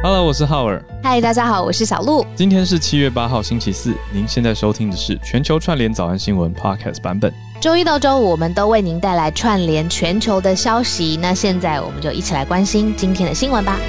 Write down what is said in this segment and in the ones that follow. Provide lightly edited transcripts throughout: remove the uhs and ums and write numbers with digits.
Hello， 我是浩尔。 嗨，大家好，我是小鹿。 今天是7月8号星期四，您现在收听的是全球串联早安新闻 Podcast 版本。 周一到周五，我们都为您带来串联全球的消息。那现在我们就一起来关心今天的新闻吧。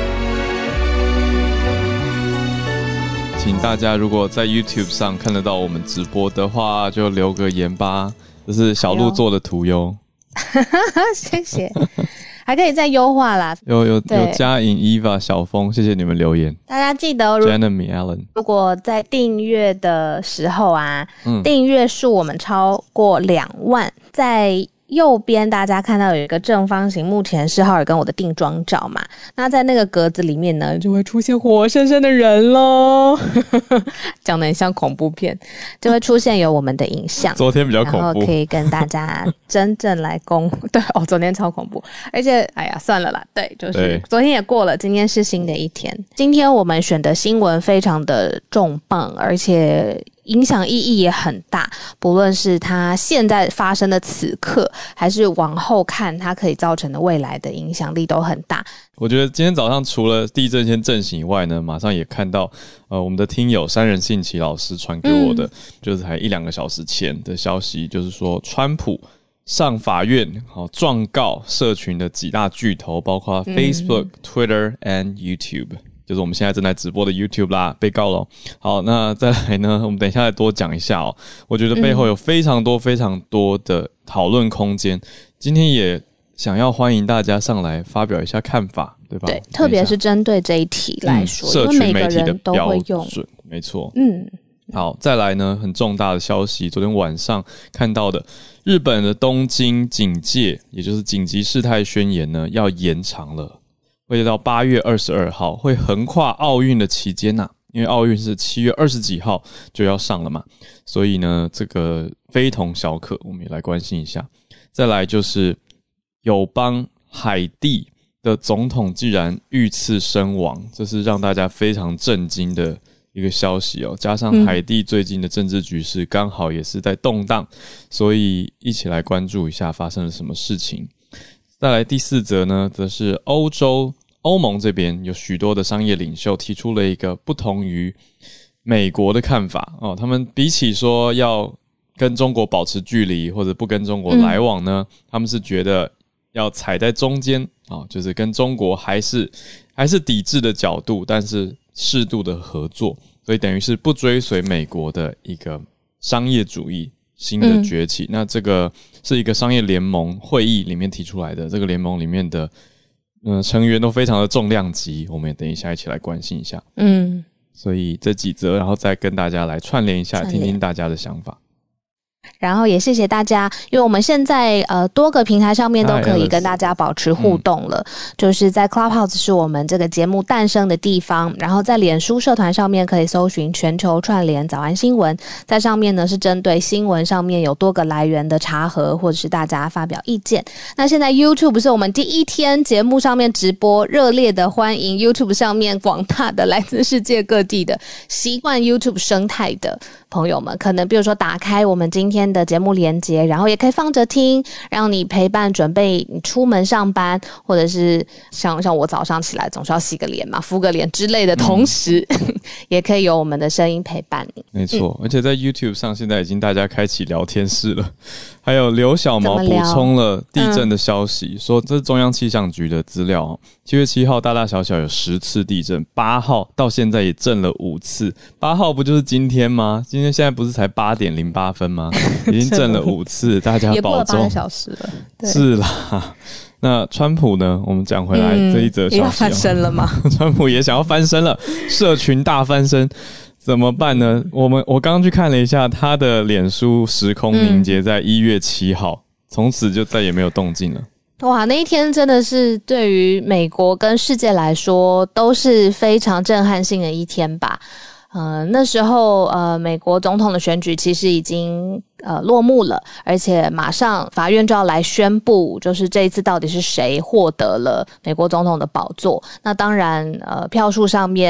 请大家如果在 YouTube 上看得到我们直播的话，就留个言吧。这是小鹿做的图哟。 谢谢。还可以再优化啦。 有嘉颖、Eva、小峰，谢谢你们留言。 大家记得 Jeremy Allen， 如果在订阅的时候啊，订阅数我们超过2万，在右边大家看到有一个正方形，目前是浩尔跟我的定妆照嘛，那在那个格子里面呢，就会出现活生生的人咯。讲得很像恐怖片，就会出现有我们的影像。 昨天比较恐怖， 然后可以跟大家真正来对哦，昨天超恐怖，而且哎呀算了啦，对，就是昨天也过了，今天是新的一天。今天我们选的新闻非常的重磅，而且影响意义也很大，不论是它现在发生的此刻，还是往后看它可以造成的未来的影响力都很大。 我觉得今天早上除了地震先震醒以外呢，马上也看到我们的听友山人信奇老师传给我的，就是才1-2个小时前的消息，就是说川普上法院状告社群的几大巨头，包括 Facebook、Twitter and YouTube，就是我们现在正在直播的 YouTube 啦，被告咯。好，那再来呢，我们等一下再多讲一下哦。我觉得背后有非常多的讨论空间，今天也想要欢迎大家上来发表一下看法，对吧？对， 特别是针对这一题来说， 社群媒体的标准， 没错。好，再来呢，很重大的消息，昨天晚上看到的，日本的东京警戒，也就是紧急事态宣言呢，要延长了。会到8月22号，会横跨奥运的期间呐，因为奥运是7月20几号就要上了嘛，所以呢，这个非同小可，我们也来关心一下。再来就是友邦海地的总统竟然遇刺身亡，这是让大家非常震惊的一个消息哦。加上海地最近的政治局势刚好也是在动荡，所以一起来关注一下发生了什么事情。再来第4则呢，则是欧盟这边有许多的商业领袖提出了一个不同于美国的看法哦。他们比起说要跟中国保持距离或者不跟中国来往呢，他们是觉得要踩在中间就是跟中国还是抵制的角度，但是适度的合作，所以等于是不追随美国的一个商业主义新的崛起。那这个是一个商业联盟会议里面提出来的，这个联盟里面的成员都非常的重量级，我们也等一下一起来关心一下。所以这几则，然后再跟大家来串联一下，听听大家的想法。 然后也谢谢大家，因为我们现在多个平台上面都可以跟大家保持互动了，就是在 Clubhouse 是我们这个节目诞生的地方，然后在脸书社团上面可以搜寻全球串联早安新闻，在上面呢是针对新闻上面有多个来源的查核，或者是大家发表意见。那现在 YouTube 是我们第一天节目上面直播，热烈的欢迎 YouTube 上面广大的来自世界各地的习惯 YouTube 生态的朋友们，可能比如说打开我们今天的节目连结，然后也可以放着听，让你陪伴准备你出门上班，或者是像我早上起来总是要洗个脸嘛，敷个脸之类的同时也可以有我们的声音陪伴你。 没错，而且在 YouTube 上现在已经大家开启聊天室了，还有刘小毛补充了地震的消息，说这是中央气象局的资料7月7号大大小小有10次地震，8号到现在也震了5次，8号不就是今天吗？今天现在不是才8点08分吗？已经震了5次，大家保重。 也过了8个小时了。 是啦。那川普呢？我们讲回来这一则消息， 要翻身了吗？ 川普也想要翻身了，社群大翻身，怎么办呢？我刚刚去看了一下他的脸书时空凝结在1月7号，从此就再也没有动静了。 哇，那一天真的是对于美国跟世界来说都是非常震撼性的一天吧。那时候美国总统的选举其实已经落幕了，而且马上法院就要来宣布，就是这一次到底是谁获得了美国总统的宝座。那当然票数上面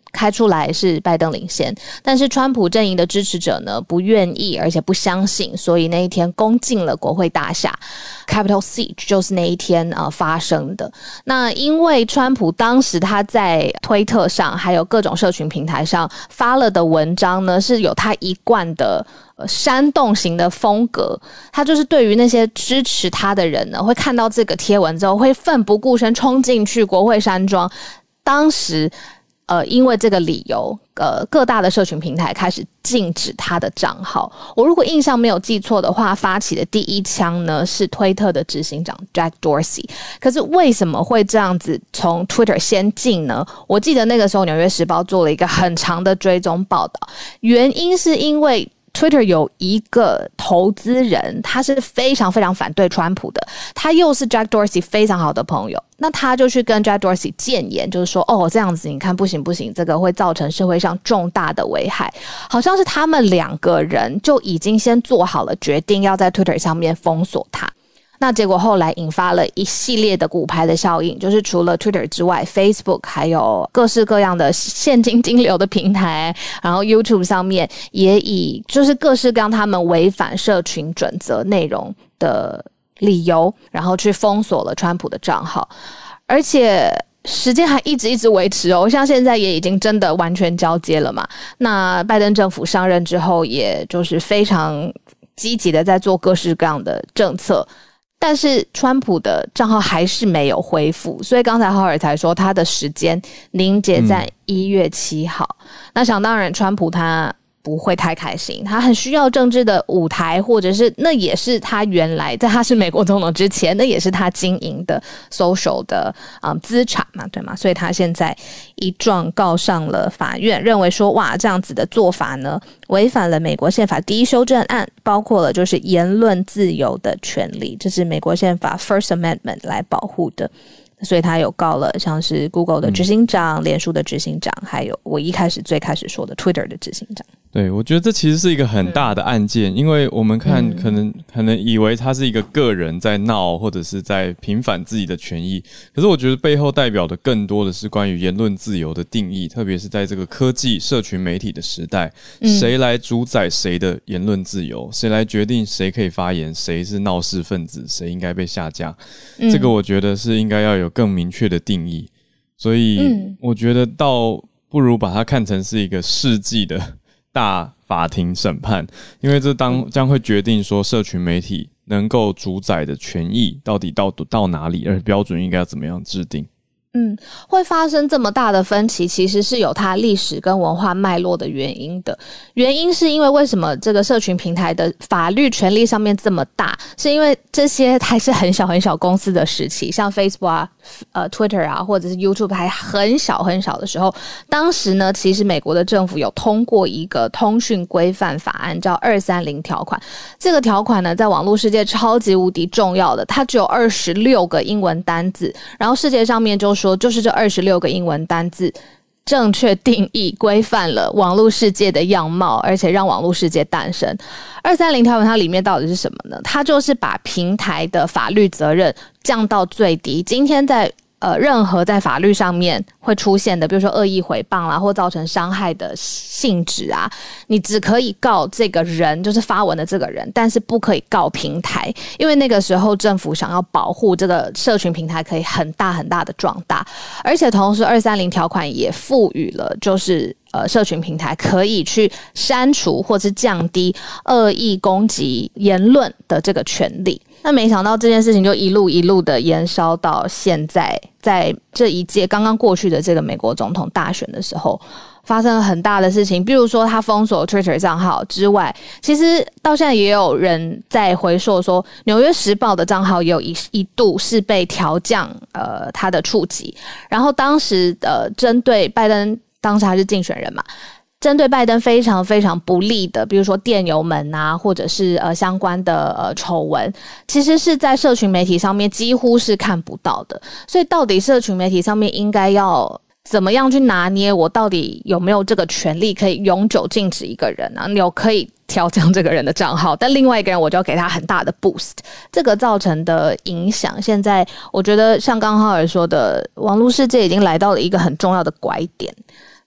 开出来是拜登领先，但是川普阵营的支持者呢不愿意，而且不相信，所以那一天攻进了国会大厦 Capitol Siege 就是那一天发生的。那因为川普当时他在推特上还有各种社群平台上发了的文章呢，是有他一贯的煽动型的风格，他就是对于那些支持他的人呢，会看到这个贴文之后会奋不顾身冲进去国会山庄。当时因为这个理由，各大的社群平台开始禁止他的账号。我如果印象没有记错的话，发起的第一枪呢是推特的执行长 Jack Dorsey。可是为什么会这样子从 Twitter 先禁呢？我记得那个时候《纽约时报》做了一个很长的追踪报道，原因是因为Twitter 有一个投资人，他是非常非常反对川普的，他又是 Jack Dorsey 非常好的朋友，那他就去跟 Jack Dorsey 谏言，就是说这样子你看不行，这个会造成社会上重大的危害。好像是他们两个人就已经先做好了决定，要在 Twitter 上面封锁他。那结果后来引发了一系列的骨牌的效应，就是除了 Twitter 之外 Facebook 还有各式各样的现金金流的平台，然后 YouTube 上面也以就是各式各样他们违反社群准则内容的理由，然后去封锁了川普的账号，而且时间还一直维持像现在也已经真的完全交接了嘛。那拜登政府上任之后，也就是非常积极的在做各式各样的政策，但是川普的账号还是没有恢复，所以刚才浩尔才说他的时间凝结在1月7号。那想当然川普他不会太开心，他很需要政治的舞台，或者是那也是他原来在他是美国总统之前，那也是他经营的 social 的资产嘛，对吗？所以他现在一状告上了法院，认为说哇，这样子的做法呢违反了美国宪法第一修正案，包括了就是言论自由的权利，这是美国宪法 First Amendment 来保护的。所以他有告了像是 Google 的执行长、脸书的执行长，还有我最开始说的 Twitter 的执行长。 对，我觉得这其实是一个很大的案件，因为我们看可能以为他是一个个人在闹，或者是在平反自己的权益，可是我觉得背后代表的更多的是关于言论自由的定义，特别是在这个科技社群媒体的时代，谁来主宰谁的言论自由，谁来决定谁可以发言，谁是闹事分子，谁应该被下架，这个我觉得是应该要有更明确的定义。所以我觉得倒不如把它看成是一个世纪的大法庭审判，因为这将会决定说社群媒体能够主宰的权益到底到哪里，而标准应该要怎么样制定。 会发生这么大的分歧，其实是有它历史跟文化脉络的原因的。原因是因为为什么这个社群平台的法律权利上面这么大，是因为这些还是很小很小公司的时期，像 Facebook 啊、Twitter 啊，或者是 YouTube 还很小很小的时候，当时呢，其实美国的政府有通过一个通讯规范法案，叫230条款。这个条款呢，在网络世界超级无敌重要的，它只有26个英文单字，然后世界上面就说就是这26个英文单字正确定义规范了网络世界的样貌，而且让网络世界诞生。230条款它里面到底是什么呢？它就是把平台的法律责任降到最低。今天在任何在法律上面会出现的，比如说恶意诽谤啦，或造成伤害的性质啊，你只可以告这个人，就是发文的这个人，但是不可以告平台，因为那个时候政府想要保护这个社群平台可以很大很大的壮大，而且同时230条款也赋予了就是社群平台可以去删除或是降低恶意攻击言论的这个权利。那没想到这件事情就一路的延烧到现在，在这一届刚刚过去的这个美国总统大选的时候，发生了很大的事情。比如说他封锁 Twitter 账号之外，其实到现在也有人在回溯说，纽约时报的账号也有一度是被调降他的触及，然后当时针对拜登，当时他是竞选人嘛，针对拜登非常非常不利的，比如说电邮门啊，或者是相关的丑闻，其实是在社群媒体上面几乎是看不到的。所以到底社群媒体上面应该要怎么样去拿捏，我到底有没有这个权利可以永久禁止一个人啊？有可以调降这个人的账号，但另外一个人我就要给他很大的 boost， 这个造成的影响，现在我觉得像刚浩尔说的，网络世界已经来到了一个很重要的拐点。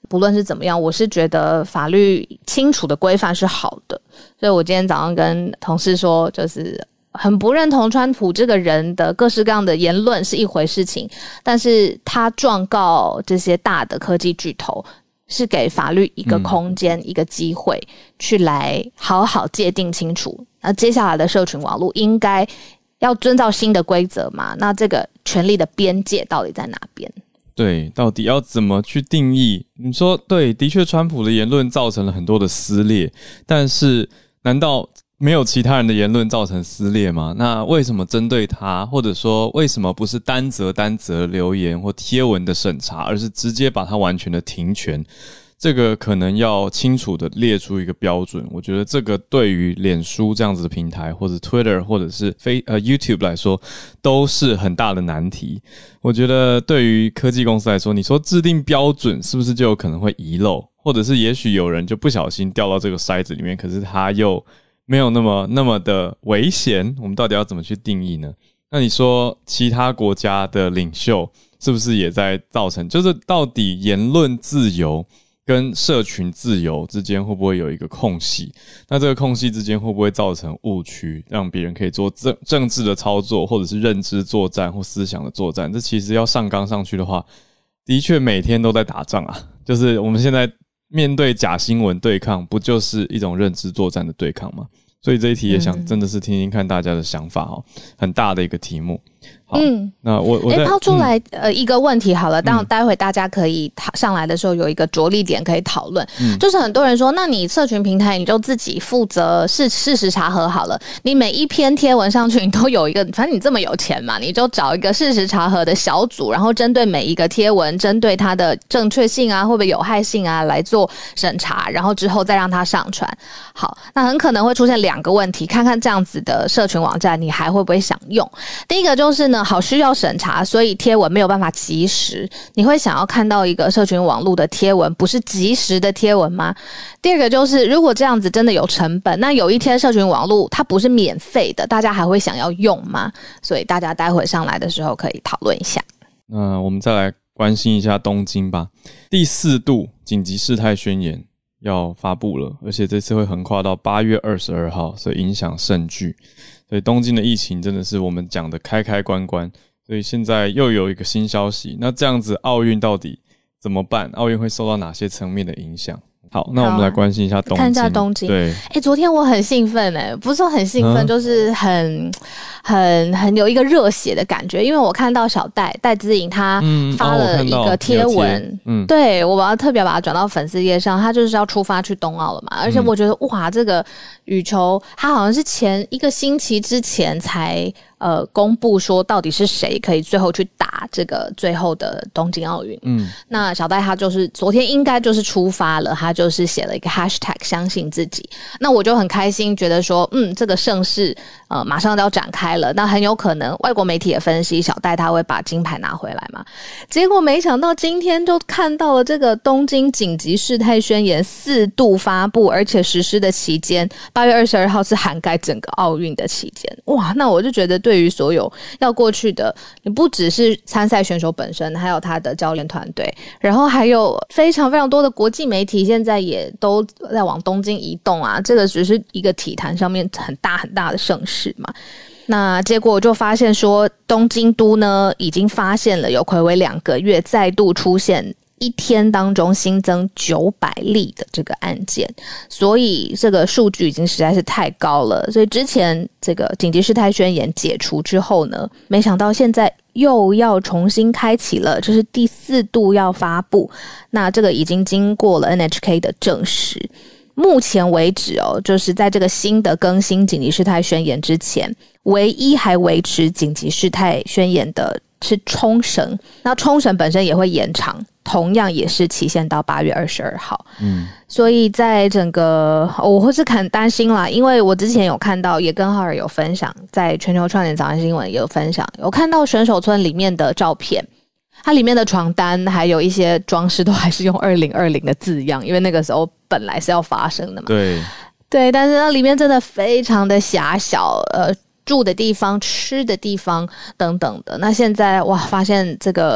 不论是怎么样，我是觉得法律清楚的规范是好的，所以我今天早上跟同事说，就是很不认同川普这个人的各式各样的言论是一回事情，但是他状告这些大的科技巨头是给法律一个空间、一个机会去来好好界定清楚，那接下来的社群网络应该要遵照新的规则嘛，那这个权利的边界到底在哪边？ 对，到底要怎么去定义？你说对，的确川普的言论造成了很多的撕裂，但是难道没有其他人的言论造成撕裂吗？那为什么针对他，或者说为什么不是单则留言或贴文的审查，而是直接把它完全的停权？这个可能要清楚的列出一个标准，我觉得这个对于脸书这样子的平台，或者 Twitter 或者是YouTube 来说，都是很大的难题。我觉得对于科技公司来说，你说制定标准是不是就有可能会遗漏，或者是也许有人就不小心掉到这个筛子里面，可是他又没有那么的危险，我们到底要怎么去定义呢？那你说其他国家的领袖是不是也在造成，就是到底言论自由跟社群自由之间会不会有一个空隙？那这个空隙之间会不会造成误区，让别人可以做政治的操作，或者是认知作战或思想的作战？这其实要上纲上去的话，的确每天都在打仗啊。就是我们现在面对假新闻对抗，不就是一种认知作战的对抗吗？所以这一题也想真的是听听看大家的想法哦，很大的一个题目。好，那我抛出来一个问题好了，但待会大家可以上来的时候有一个着力点可以讨论，就是很多人说，那你社群平台你就自己负责事实查核好了，你每一篇贴文上去你都有一个，反正你这么有钱嘛，你就找一个事实查核的小组，然后针对每一个贴文，针对它的正确性啊，会不会有害性啊来做审查，然后之后再让它上传。好，那很可能会出现2个问题，看看这样子的社群网站你还会不会想用。第一个就是呢，好需要审查，所以贴文没有办法即时，你会想要看到一个社群网络的贴文不是即时的贴文吗？第二个就是如果这样子真的有成本，那有一天社群网络它不是免费的，大家还会想要用吗？所以大家待会上来的时候可以讨论一下。 那我们再来关心一下东京吧。第4度紧急事态宣言要发布了，而且这次会横跨到8月22号，所以影响甚巨。所以东京的疫情真的是我们讲的开关，所以现在又有一个新消息，那这样子奥运到底怎么办？奥运会受到哪些层面的影响？好，那我们来关心一下东京。 看一下东京。 对， 昨天我很兴奋不是说很兴奋，就是很有一个热血的感觉，因为我看到小戴资颖他发了一个贴文，对，我特别把它转到粉丝页上，他就是要出发去冬奥了嘛，而且我觉得哇，这个羽球他好像是前1个星期之前才公布说到底是谁可以最后去打这个最后的东京奥运。那小戴他就是昨天应该就是出发了，他就是写了一个 hashtag 相信自己。那我就很开心，觉得说这个盛世马上就要展开了，那很有可能外国媒体也分析小戴他会把金牌拿回来嘛。结果没想到今天就看到了这个东京紧急事态宣言4度发布，而且实施的期间8月22号是涵盖整个奥运的期间。哇，那我就觉得对于所有要过去的，你不只是参赛选手本身，还有他的教练团队，然后还有非常非常多的国际媒体现在也都在往东京移动啊，这个只是一个体坛上面很大很大的盛事嘛。那结果就发现说，东京都呢已经发现了有睽违2个月再度出现一天当中新增900例的这个案件，所以这个数据已经实在是太高了。所以之前这个紧急事态宣言解除之后呢，没想到现在又要重新开启了，这是第4度要发布。那这个已经经过了 NHK 的证实。目前为止就是在这个新的更新紧急事态宣言之前，唯一还维持紧急事态宣言的是冲绳，那冲绳本身也会延长，同样也是期限到8月22号。所以在整个我会是很担心啦，因为我之前有看到，也跟浩尔有分享，在全球串联早安新闻也有分享，有看到选手村里面的照片，它里面的床单还有一些装饰都还是用2020的字样，因为那个时候本来是要发生的嘛。对，但是它里面真的非常的狭小，住的地方、吃的地方等等的。那现在哇，发现这个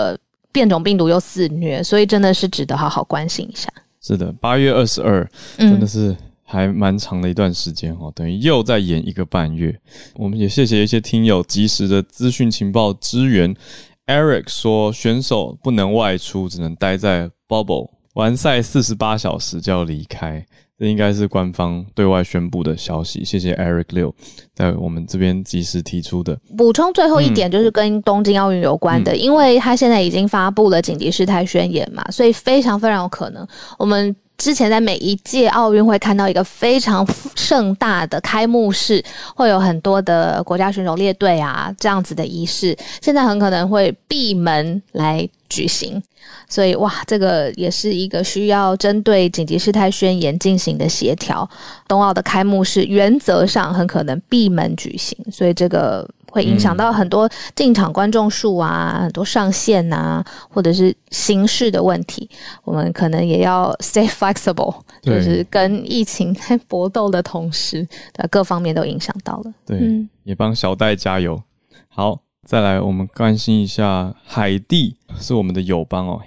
变种病毒又肆虐，所以真的是值得好好关心一下。 是的，8月22真的是还蛮长的一段时间等于又再延1个半月。我们也谢谢一些听友及时的资讯情报支援。Eric 说选手不能外出，只能待在 bubble， 完赛48小时就要离开，这应该是官方对外宣布的消息。谢谢 Eric 6在我们这边及时提出的。 补充最后一点就是跟东京奥运有关的，因为他现在已经发布了紧急事态宣言嘛，所以非常非常有可能我们之前在每一届奥运会看到一个非常盛大的开幕式，会有很多的国家选手列队啊这样子的仪式，现在很可能会闭门来举行。所以哇，这个也是一个需要针对紧急事态宣言进行的协调。冬奥的开幕式原则上很可能闭门举行，所以这个会影响到很多进场观众数啊，很多上限啊，或者是形式的问题，我们可能也要 stay flexible， 就是跟疫情在搏斗的同时，各方面都影响到了。 对，也帮小戴加油。好，再来我们关心一下海地，是我们的友邦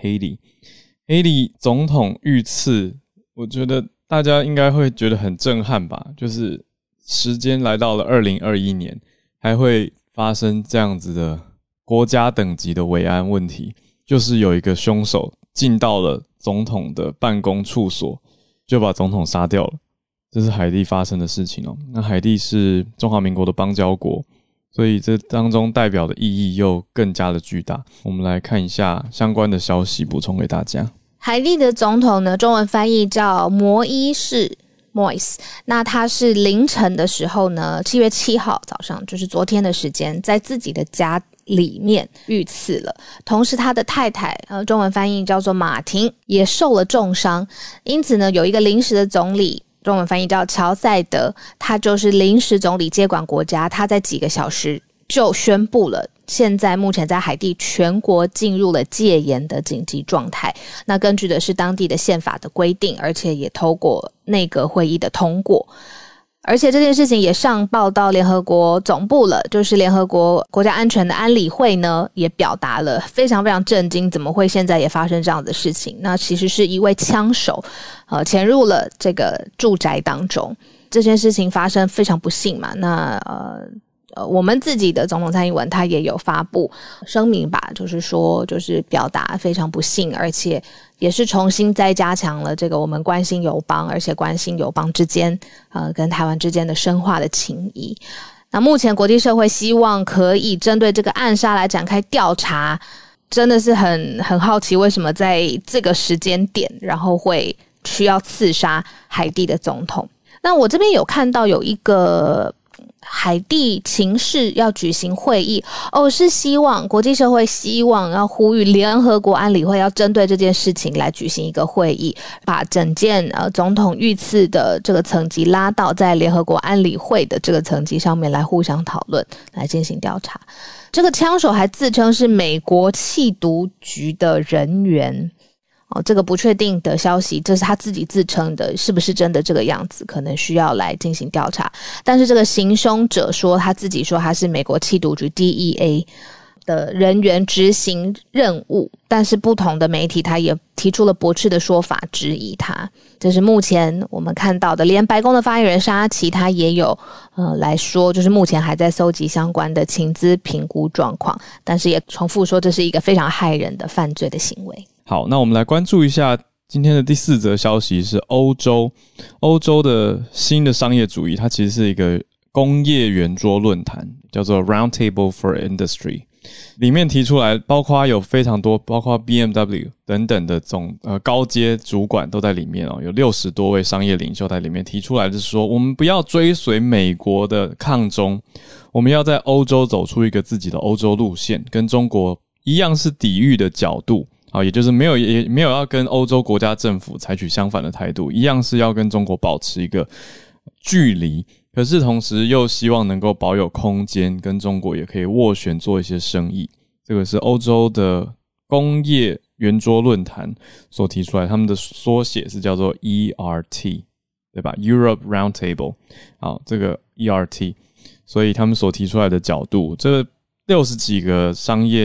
Haiti总统遇刺，我觉得大家应该会觉得很震撼吧，就是时间来到了2021年，还会发生这样子的国家等级的维安问题，就是有一个凶手进到了总统的办公处所，就把总统杀掉了。这是海地发生的事情那海地是中华民国的邦交国，所以这当中代表的意义又更加的巨大。我们来看一下相关的消息，补充给大家。 海地的总统呢，中文翻译叫摩伊士 Moise， 那他是凌晨的时候呢，7月7号早上，就是昨天的时间，在自己的家里面遇刺了。同时他的太太中文翻译叫做马婷，也受了重伤。因此呢，有一个临时的总理，中文翻译叫乔赛德，他就是临时总理接管国家，他在几个小时就宣布了现在目前在海地全国进入了戒严的紧急状态。那根据的是当地的宪法的规定，而且也透过内阁会议的通过，而且这件事情也上报到联合国总部了，就是联合国国家安全的安理会呢也表达了非常非常震惊，怎么会现在也发生这样的事情。那其实是一位枪手潜入了这个住宅当中，这件事情发生非常不幸嘛。那我们自己的总统蔡英文他也有发布声明吧，就是说就是表达非常不幸，而且也是重新再加强了这个我们关心友邦，而且关心友邦之间跟台湾之间的深化的情谊。那目前国际社会希望可以针对这个暗杀来展开调查，真的是很好奇为什么在这个时间点然后会需要刺杀海地的总统。那我这边有看到有一个海地情势要举行会议是希望国际社会希望要呼吁联合国安理会要针对这件事情来举行一个会议，把整件总统遇刺的这个层级拉到在联合国安理会的这个层级上面来互相讨论，来进行调查。这个枪手还自称是美国缉毒局的人员这个不确定的消息，这是他自己自称的，是不是真的这个样子，可能需要来进行调查。但是这个行凶者说他自己说他是美国缉毒局 DEA 的人员执行任务，但是不同的媒体他也提出了驳斥的说法，质疑他。这是目前我们看到的，连白宫的发言人沙奇他也有来说，就是目前还在搜集相关的情资评估状况，但是也重复说这是一个非常害人的犯罪的行为。 好，那我们来关注一下今天的第4则消息，是欧洲的新的商业主义，它其实是一个工业圆桌论坛，叫做 Roundtable for Industry， 里面提出来包括有非常多，包括 BMW 等等的高阶主管都在里面有60多位商业领袖在里面提出来，就是说我们不要追随美国的抗中，我们要在欧洲走出一个自己的欧洲路线，跟中国一样是抵御的角度也就是没有要跟欧洲国家政府采取相反的态度，一样是要跟中国保持一个距离，可是同时又希望能够保有空间，跟中国也可以斡旋做一些生意。这个是欧洲的工业圆桌论坛所提出来，他们的缩写是叫做 ERT， 对吧？ Europe Roundtable， 好，这个 ERT， 所以他们所提出来的角度，这60几个商业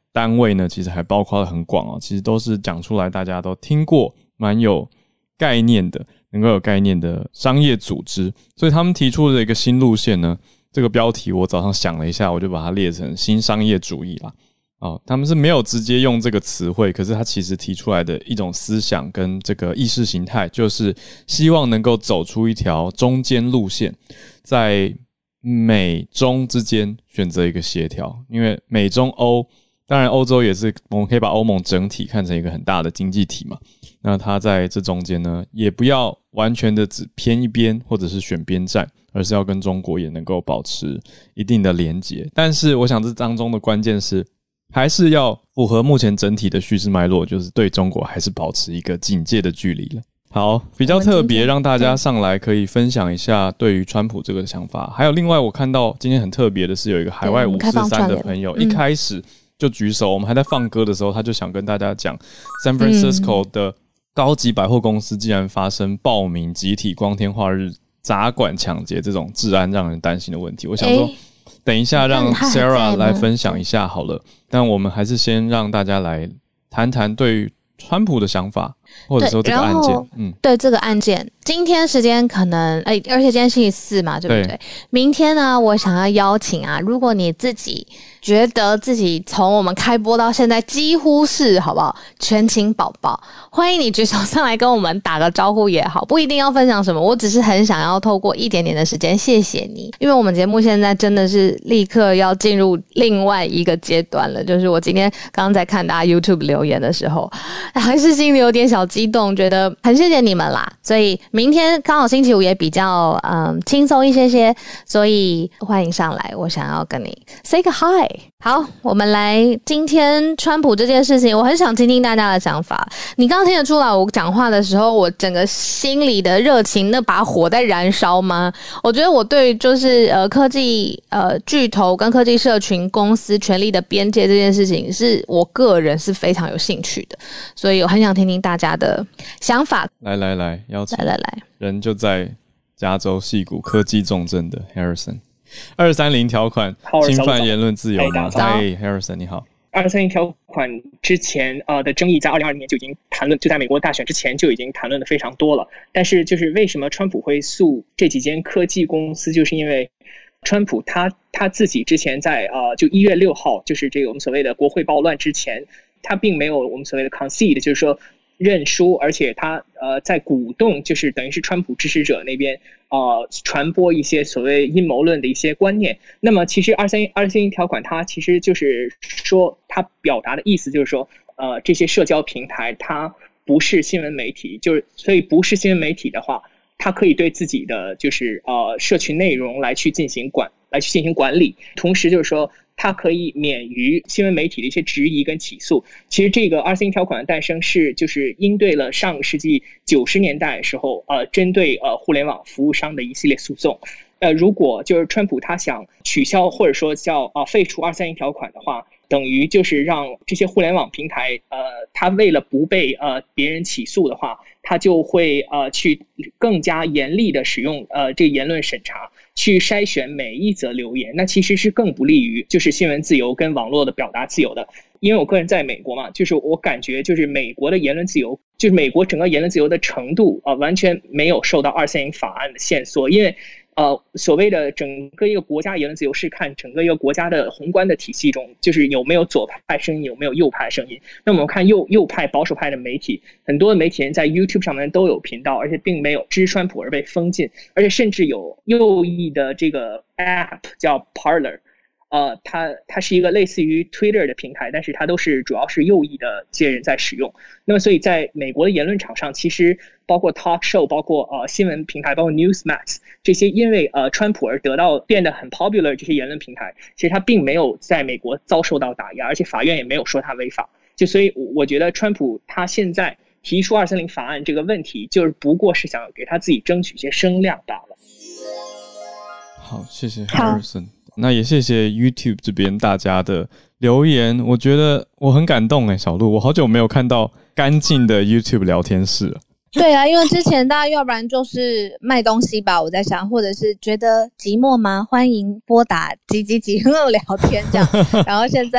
单位呢，其实还包括了很广其实都是讲出来大家都听过，蛮有概念的，能够有概念的商业组织。所以他们提出的一个新路线呢，这个标题我早上想了一下，我就把它列成新商业主义啦。他们是没有直接用这个词汇，可是他其实提出来的一种思想跟这个意识形态，就是希望能够走出一条中间路线，在美中之间选择一个协调。因为美中欧，当然欧洲也是，我们可以把欧盟整体看成一个很大的经济体嘛，那它在这中间呢，也不要完全的只偏一边或者是选边站，而是要跟中国也能够保持一定的连结。但是我想这当中的关键是还是要符合目前整体的叙事脉络，就是对中国还是保持一个警戒的距离了。好，比较特别让大家上来可以分享一下对于川普这个想法。还有另外我看到今天很特别的是有一个海外543的朋友一开始就举手，我们还在放歌的时候他就想跟大家讲 San Francisco 的高级百货公司竟然发生暴民集体光天化日砸馆抢劫这种治安让人担心的问题。我想说等一下让 Sarah 来分享一下好了，但我们还是先让大家来谈谈对于川普的想法，或者说这个案件。 对这个案件，今天时间可能而且今天星期四嘛，对不对？明天呢，我想要邀请如果你自己觉得自己从我们开播到现在几乎是好不好全勤宝宝，欢迎你举手上来跟我们打个招呼也好，不一定要分享什么，我只是很想要透过一点点的时间谢谢你，因为我们节目现在真的是立刻要进入另外一个阶段了，就是我今天刚刚在看大家 YouTube 留言的时候，还是心里有点小激动，觉得很谢谢你们啦。所以明天刚好星期五也比较轻松一些，所以欢迎上来，我想要跟你 say 个 hi。好，我们来今天川普这件事情，我很想听听大家的想法。你刚刚听得出来我讲话的时候，我整个心里的热情那把火在燃烧吗？我觉得我对就是科技巨头跟科技社群公司权力的边界这件事情，是我个人是非常有兴趣的，所以我很想听听大家的想法。 来，邀请人就在加州矽谷科技重镇的 Harrison。230条款侵犯言论自由吗？嗨 Harrison 你好。 230条款之前的争议在2020年就已经谈论，就在美国大选之前就已经谈论的非常多了。但是就是为什么川普会诉这几间科技公司，就是因为川普他自己之前在就1月6号，就是这个我们所谓的国会暴乱之前，他并没有我们所谓的 concede， 就是说认输，而且他在鼓动，就是等于是川普支持者那边传播一些所谓阴谋论的一些观念。那么其实231条款它其实就是说，它表达的意思就是说这些社交平台它不是新闻媒体，就是所以不是新闻媒体的话，它可以对自己的就是社群内容来去进行管理，同时就是说它可以免于新闻媒体的一些质疑跟起诉。其实这个231条款的诞生是就是应对了上个世纪90年代时候针对互联网服务商的一系列诉讼。如果就是川普他想取消或者说叫废除231条款的话，等于就是让这些互联网平台他为了不被别人起诉的话，他就会去更加严厉的使用这个言论审查去筛选每一则留言，那其实是更不利于就是新闻自由跟网络的表达自由的。因为我个人在美国嘛，就是我感觉就是美国的言论自由，就是美国整个言论自由的程度完全没有受到231法案的限缩。因为所谓的整个一个国家言论自由是看整个一个国家的宏观的体系中，就是有没有左派声音，有没有右派声音。那我们看右派保守派的媒体，很多的媒体人在 YouTube 上面都有频道，而且并没有支持川普而被封禁，而且甚至有右翼的这个 App 叫 Parler，它是一个类似于 Twitter 的平台，但是它都是主要是右翼的这些人在使用。那么所以在美国的言论场上，其实包括 talk show， 包括新闻平台，包括 Newsmax 这些因为川普而变得很 popular 这些言论平台，其实它并没有在美国遭受到打压，而且法院也没有说它违法。就所以我觉得川普他现在提出230法案这个问题，就是不过是想给他自己争取一些声量罢了。 好，谢谢 Harrison。那也谢谢 YouTube 这边大家的留言，我觉得我很感动小鹿，我好久没有看到干净的 YouTube 聊天室了。 对啊，因为之前大家要不然就是卖东西吧，我在想，或者是觉得寂寞吗？欢迎拨打几很有聊天这样。然后现在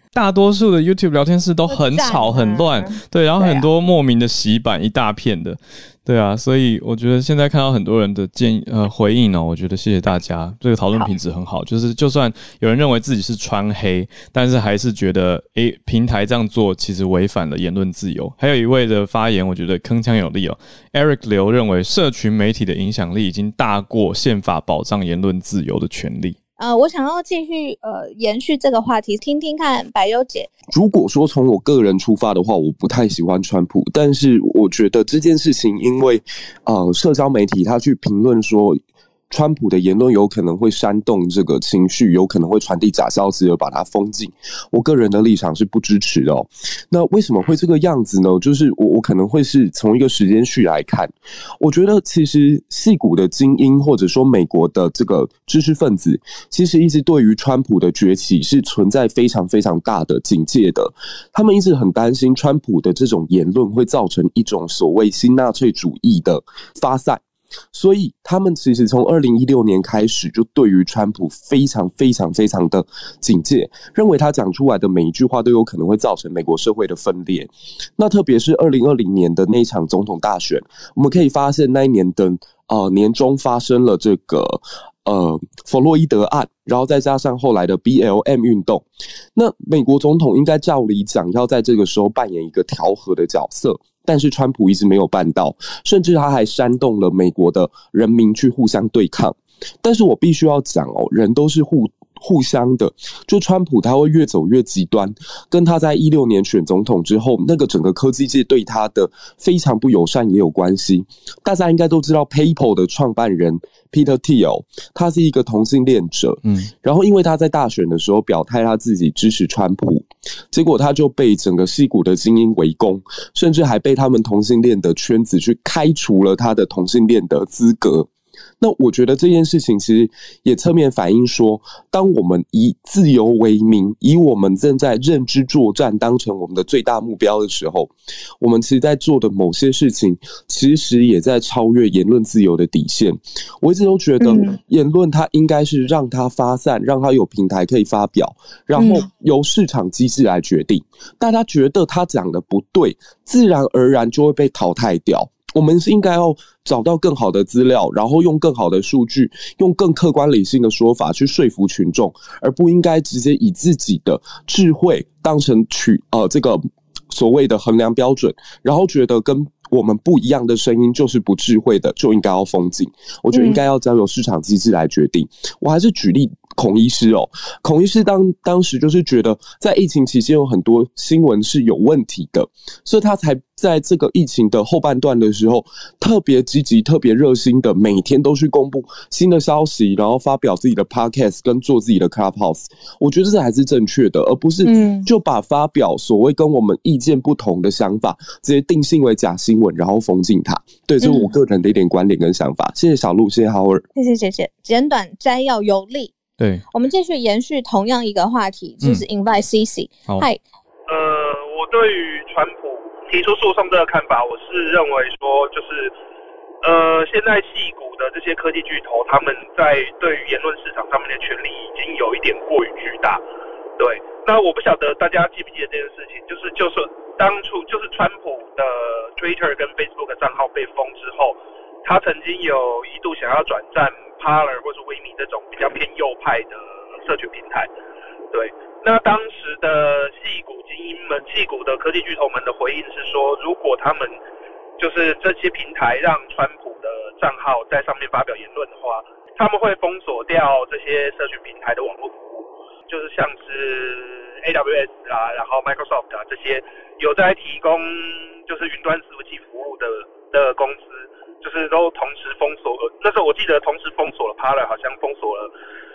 大多数的 YouTube 聊天室都很吵很乱，对，然后很多莫名的洗版一大片的，对啊，所以我觉得现在看到很多人的回应我觉得谢谢大家，这个讨论品质很好，就是就算有人认为自己是穿黑，但是还是觉得平台这样做其实违反了言论自由。还有一位的发言我觉得铿锵有力Eric 刘认为社群媒体的影响力已经大过宪法保障言论自由的权利。 我想要继续延续这个话题，听听看百优姐。 如果说从我个人出发的话，我不太喜欢川普，但是我觉得这件事情因为社交媒体他去评论说川普的言论有可能会煽动这个情绪，有可能会传递假消息而把它封禁，我个人的立场是不支持的那为什么会这个样子呢？就是我可能会是从一个时间序来看，我觉得其实矽谷的精英或者说美国的这个知识分子，其实一直对于川普的崛起是存在非常非常大的警戒的。他们一直很担心川普的这种言论会造成一种所谓新纳粹主义的发散。所以他们其实从2016年开始就对于川普非常非常非常的警戒，认为他讲出来的每一句话都有可能会造成美国社会的分裂。那特别是2020年的那场总统大选，我们可以发现那一年的年中发生了这个弗洛伊德案，然后再加上后来的 BLM 运动，那美国总统应该照理讲要在这个时候扮演一个调和的角色，但是川普一直没有办到，甚至他还煽动了美国的人民去互相对抗。但是我必须要讲人都是互相的，就川普他会越走越极端，跟他在16年选总统之后那个整个科技界对他的非常不友善也有关系。大家应该都知道 PayPal 的创办人 Peter Thiel 他是一个同性恋者，然后因为他在大选的时候表态他自己支持川普，结果他就被整个矽谷的精英围攻，甚至还被他们同性恋的圈子去开除了他的同性恋的资格。那我觉得这件事情其实也侧面反映说，当我们以自由为名，以我们正在认知作战当成我们的最大目标的时候，我们其实在做的某些事情其实也在超越言论自由的底线。我一直都觉得言论它应该是让它发散，让它有平台可以发表，然后由市场机制来决定。大家觉得他讲的不对，自然而然就会被淘汰掉。我们是应该要找到更好的资料，然后用更好的数据，用更客观理性的说法去说服群众，而不应该直接以自己的智慧当成这个所谓的衡量标准，然后觉得跟我们不一样的声音就是不智慧的，就应该要封禁。我觉得应该要交由市场机制来决定。我还是举例孔医师孔医师当时就是觉得在疫情期间有很多新闻是有问题的，所以他才在这个疫情的后半段的时候特别积极特别热心的每天都去公布新的消息，然后发表自己的 podcast 跟做自己的 Clubhouse。 我觉得这还是正确的，而不是就把发表所谓跟我们意见不同的想法直接定性为假新闻然后封禁它。对，这是我个人的一点观点跟想法。谢谢小鹿，谢谢 Howard， 谢谢姐姐，简短摘要有力。 对， 我们继续延续同样一个话题，就是 invite CC。嗨， 我对于川普提出诉讼这个看法，我是认为说，就是现在矽谷的这些科技巨头，他们在对于言论市场上面的权利已经有一点过于巨大。对，那我不晓得大家记不记得这件事情，就是当初就是川普的 Twitter 跟 Facebook 账号被封之后，他曾经有一度想要转战 Parler 或是微米这种比较偏右派的社群平台。对，那当时的矽谷精英们、矽谷的科技巨头们的回应是说，如果他们就是这些平台让川普的账号在上面发表言论的话，他们会封锁掉这些社群平台的网络服务，就是像是 AWS 啊，然后 Microsoft 啊这些有在提供就是云端伺服器服务的公司，就是都同时封锁了。那时候我记得同时封锁了 Parler， 好像封锁了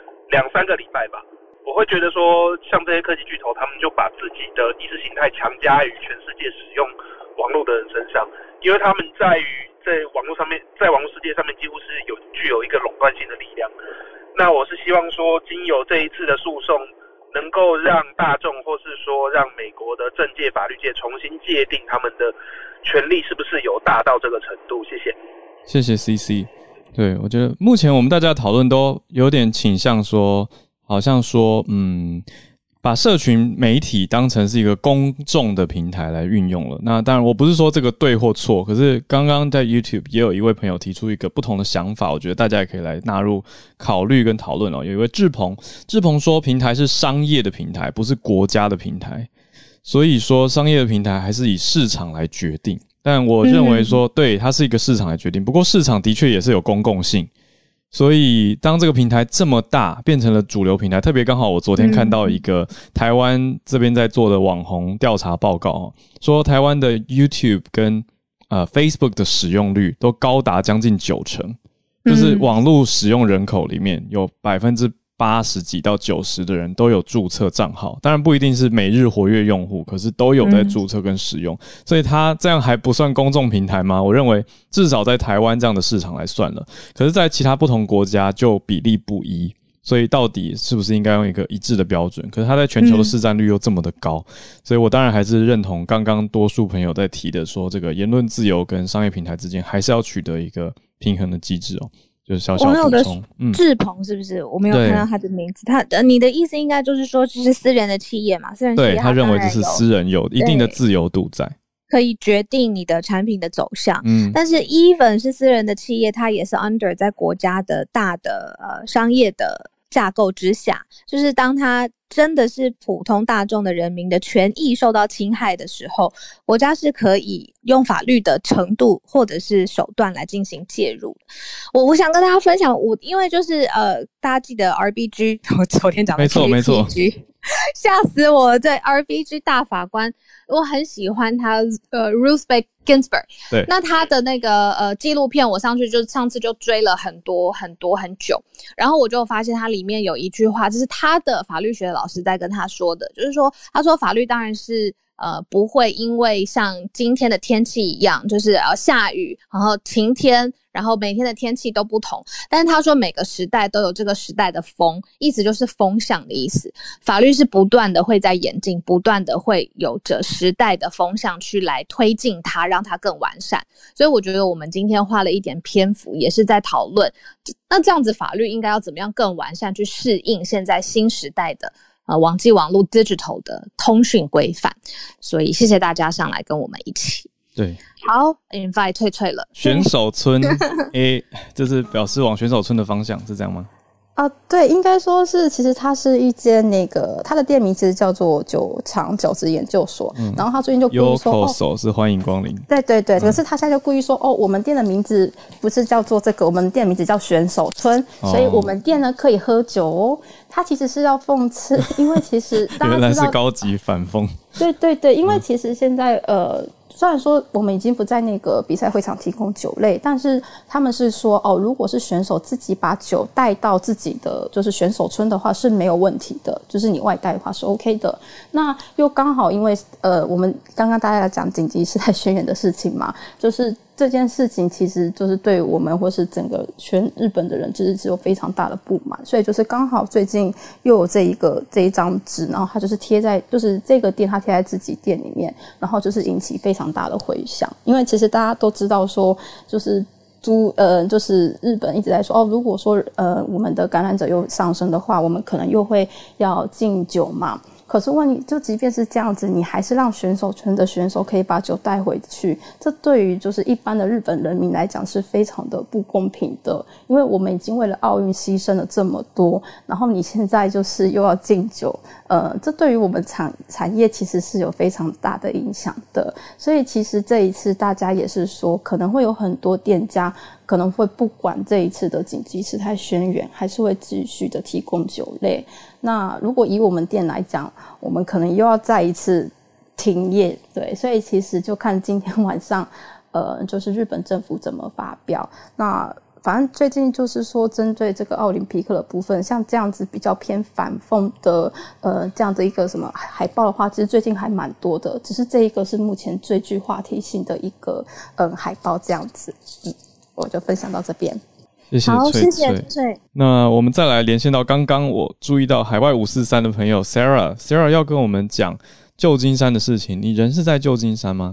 2-3个礼拜吧。我会觉得说，像这些科技巨头，他们就把自己的意识形态强加于全世界使用网络的人身上，因为他们在网络上面，在网络世界上面几乎是具有一个垄断性的力量。那我是希望说，经由这一次的诉讼，能够让大众或是说让美国的政界、法律界重新界定他们的权利是不是有大到这个程度。谢谢。 谢谢 CC。 对，我觉得目前我们大家讨论都有点倾向说，好像说把社群媒体当成是一个公众的平台来运用了。那当然我不是说这个对或错，可是刚刚在 YouTube 也有一位朋友提出一个不同的想法，我觉得大家也可以来纳入考虑跟讨论哦。有一位志鹏说平台是商业的平台，不是国家的平台，所以说商业的平台还是以市场来决定。但我认为说对，它是一个市场来决定，不过市场的确也是有公共性。所以当这个平台这么大变成了主流平台，特别刚好我昨天看到一个台湾这边在做的网红调查报告，说台湾的 YouTube 跟Facebook 的使用率都高达将近90%，就是网络使用人口里面有80%几到90%的人都有注册账号，当然不一定是每日活跃用户，可是都有在注册跟使用，所以它这样还不算公众平台吗？我认为至少在台湾这样的市场来算了，可是在其他不同国家就比例不一，所以到底是不是应该用一个一致的标准？可是它在全球的市占率又这么的高，所以我当然还是认同刚刚多数朋友在提的说，这个言论自由跟商业平台之间还是要取得一个平衡的机制哦。就是小小补充， 志鹏是不是？我没有看到他的名字。你的意思应该就是说，这是私人的企业嘛？私人企业对他认为这是私人有一定的自由度在， 可以决定你的产品的走向。但是 even 是私人的企业，它也是 under 在国家的大的商业的架构之下，就是当它真的是普通大众的人民的权益受到侵害的时候，国家是可以用法律的程度或者是手段来进行介入。我想跟大家分享，因为就是大家记得 RBG， 我昨天讲的 RPG， 没错， 吓死我了。对 RBG 大法官，我很喜欢他Ruth Bader Ginsburg。对，那他的那个纪录片，我上次就追了很多很久，然后我就发现它里面有一句话，就是他的法律学的老师在跟他说的，就是说他说法律当然是不会因为像今天的天气一样，就是下雨，然后晴天，然后每天的天气都不同。但是他说每个时代都有这个时代的风，意思就是风向的意思。法律是不断的会在演进，不断的会有着时代的风向去来推进它，让它更完善。所以我觉得我们今天花了一点篇幅，也是在讨论，那这样子法律应该要怎么样更完善，去适应现在新时代的网际网络 digital 的通讯规范。所以谢谢大家上来跟我们一起。 对， 好 invite 翠翠了。 选手村这是表示往选手村的方向，是这样吗？ 对，应该说是，其实它是一间它的店名其实叫做九长角质研究所，然后他最近就故意说 ，Yokoso 是欢迎光临。 对，可是他现在就故意说，我们店的名字不是叫做这个，我们店的名字叫选手村，所以我们店呢可以喝酒哦。他其实是要讽刺，因为其实大家知道原来是高级反讽。 对，因为其实现在虽然说我们已经不在那个比赛会场提供酒类，但是他们是说如果是选手自己把酒带到自己的就是选手村的话是没有问题的，就是你外带的话是 OK 的。那又刚好因为我们刚刚大家讲紧急事态宣言的事情嘛，就是这件事情其实就是对我们或是整个全日本的人就是只有非常大的不满，所以就是刚好最近又有这一张纸，然后它就是贴在就是这个店它贴在自己店里面，然后就是引起非常大的回响。因为其实大家都知道说就是就是日本一直在说如果说我们的感染者又上升的话，我们可能又会要禁酒嘛。可是问题就即便是这样子，你还是让选手村的选手可以把酒带回去，这对于就是一般的日本人民来讲是非常的不公平的。因为我们已经为了奥运牺牲了这么多，然后你现在就是又要禁酒，这对于我们产业其实是有非常大的影响的。所以其实这一次大家也是说可能会有很多店家可能会不管这一次的紧急事态宣言，还是会继续的提供酒类。那如果以我们店来讲，我们可能又要再一次停业，对，所以其实就看今天晚上就是日本政府怎么发表。那反正最近就是说针对这个奥林匹克的部分，像这样子比较偏反讽的这样的一个什么海报的话，其实最近还蛮多的，只是这一个是目前最具话题性的一个海报这样子。我就分享到这边。 谢谢好， 翠谢谢。 那我们再来连线到刚刚我注意到海外543的朋友 Sarah 要跟我们讲旧金山的事情。你人是在旧金山吗？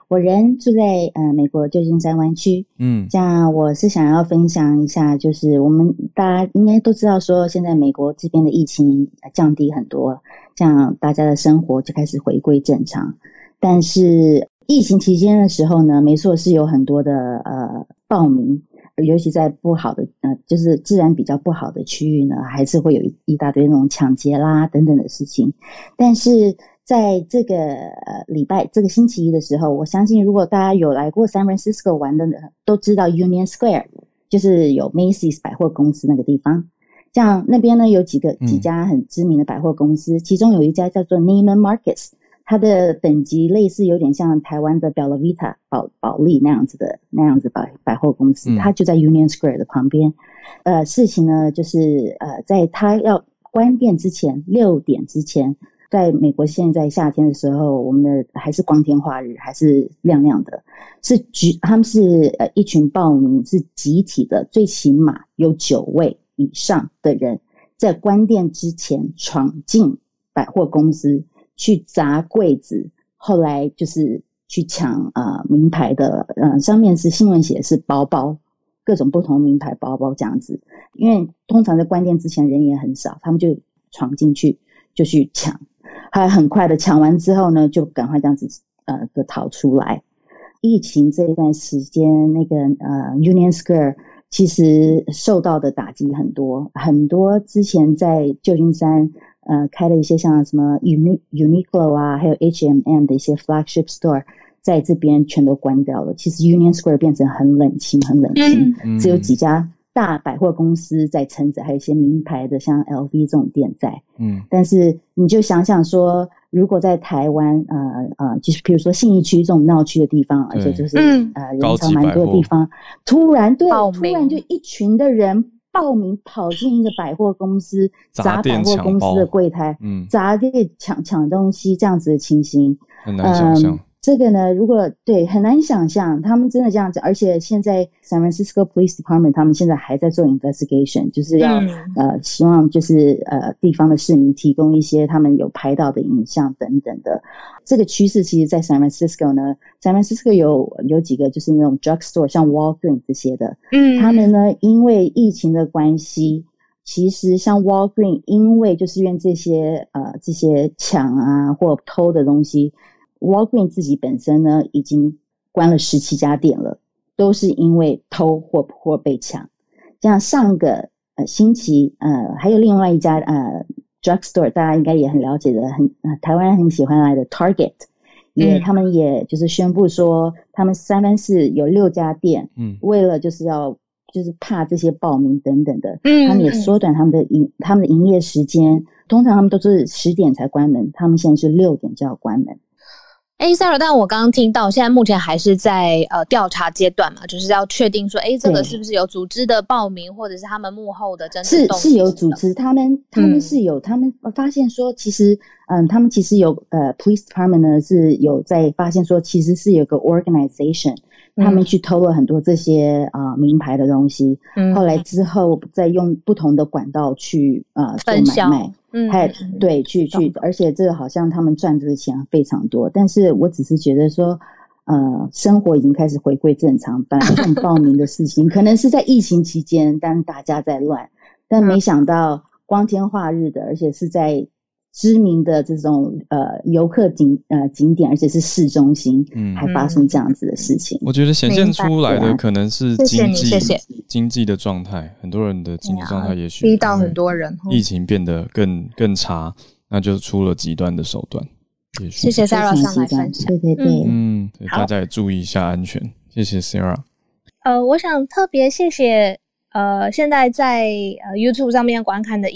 我人住在美国旧金山湾区，这样我是想要分享一下，就是我们大家应该都知道说，现在美国这边的疫情降低很多，这样大家的生活就开始回归正常。但是疫情期间的时候呢，没错是有很多的暴民，尤其在不好的就是治安比较不好的区域呢，还是会有一大堆那种抢劫啦等等的事情。但是在这个礼拜这个星期一的时候，我相信如果大家有来过 San Francisco 玩的都知道 Union Square 就是有 Macy's 百货公司那个地方。这样那边呢有几家很知名的百货公司，其中有一家叫做 Neiman Marcus， 它的等级类似有点像台湾的 Bella Vita 保利那样子百货公司，它就在 Union Square 的旁边。事情呢就是在它要关店之前6点之前，在美国现在夏天的时候，我们的还是光天化日，还是亮亮的，他们是一群暴民，是集体的，最起码有9位以上的人在关店之前闯进百货公司去砸柜子，后来就是去抢名牌的上面是新闻写的是包包，各种不同名牌包包这样子。因为通常在关店之前人也很少，他们就闯进去就去抢，还很快的抢完之后呢，就赶快这样子就逃出来。疫情这一段时间，那个Union Square 其实受到的打击很多，很多之前在旧金山开了一些像什么 Uniqlo 啊，还有 H&M 的一些 flagship store， 在这边全都关掉了。其实 Union Square 变成很冷清，只有几家大百货公司在撑着，还有一些名牌的像 LV 这种店在。但是你就想想说，如果在台湾就是比如说信义区这种闹区的地方，而且就是人潮蛮多的地方，突然就一群的人暴民跑进一个百货公司，砸百货公司的柜台，砸店抢东西，这样子的情形很难想象。 这个呢，如果对很难想象，他们真的这样子，而且现在 San Francisco Police Department 他们现在还在做 investigation， 就是要希望就是地方的市民提供一些他们有拍到的影像等等的。这个趋势其实在 San Francisco 呢 ，San Francisco 有几个就是那种 drugstore， 像 Walgreens 这些的，他们呢因为疫情的关系，其实像 Walgreens 因为这些抢啊或偷的东西。Walgreens 自己本身呢已经关了17家店了，都是因为偷或被抢。这样上个星期还有另外一家drugstore 大家应该也很了解的，台湾人很喜欢来的 Target， 他们也就是宣布说他们三藩市有6家店，为了就是怕这些暴民等等的，他们也缩短他们的营业时间，通常他们都是10点才关门，他们现在是6点就要关门。 Sarah， 但我刚刚听到现在目前还是在调查阶段嘛，就是要确定说这个是不是有组织的暴民，或者是他们幕后的真正动机。是有组织，他们是有他们发现说其实他们其实有police department 呢是有在发现说其实是有个 organization，他们去偷了很多这些名牌的东西，后来之后再用不同的管道去做买卖。对，去，而且这个好像他们赚这个钱非常多，但是我只是觉得说，生活已经开始回归正常，本来这种暴民的事情，可能是在疫情期间，但大家在乱，但没想到光天化日的，而且是在知名的这种游客景点，而且是市中心，还发生这样子的事情。 我觉得显现出来的可能是经济的状态，很多人的经济状态也许逼到很多人， 疫情变得更差，那就出了极端的手段。 谢谢 Sarah 上来分享， 对， 大家也注意一下安全。谢谢 Sarah。 我想特别谢谢现在在YouTube 上面观看的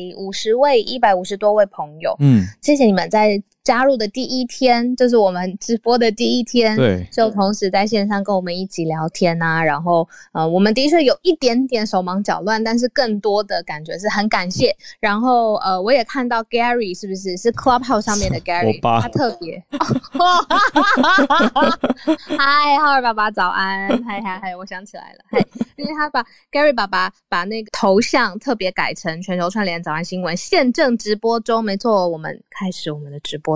150多位朋友，谢谢你们在加入的第一天，就是我们直播的第一天，对，就同时在线上跟我们一起聊天啊，然后我们的确有一点点手忙脚乱，但是更多的感觉是很感谢。然后我也看到 Gary 是不是 Clubhouse 他Gary， 他特别嗨，浩尔爸爸早安，嗨，我想起来了，因为他Gary 爸爸把那个头像特别改成全球串联早安新闻现正直播中，没错，我们开始我们的直播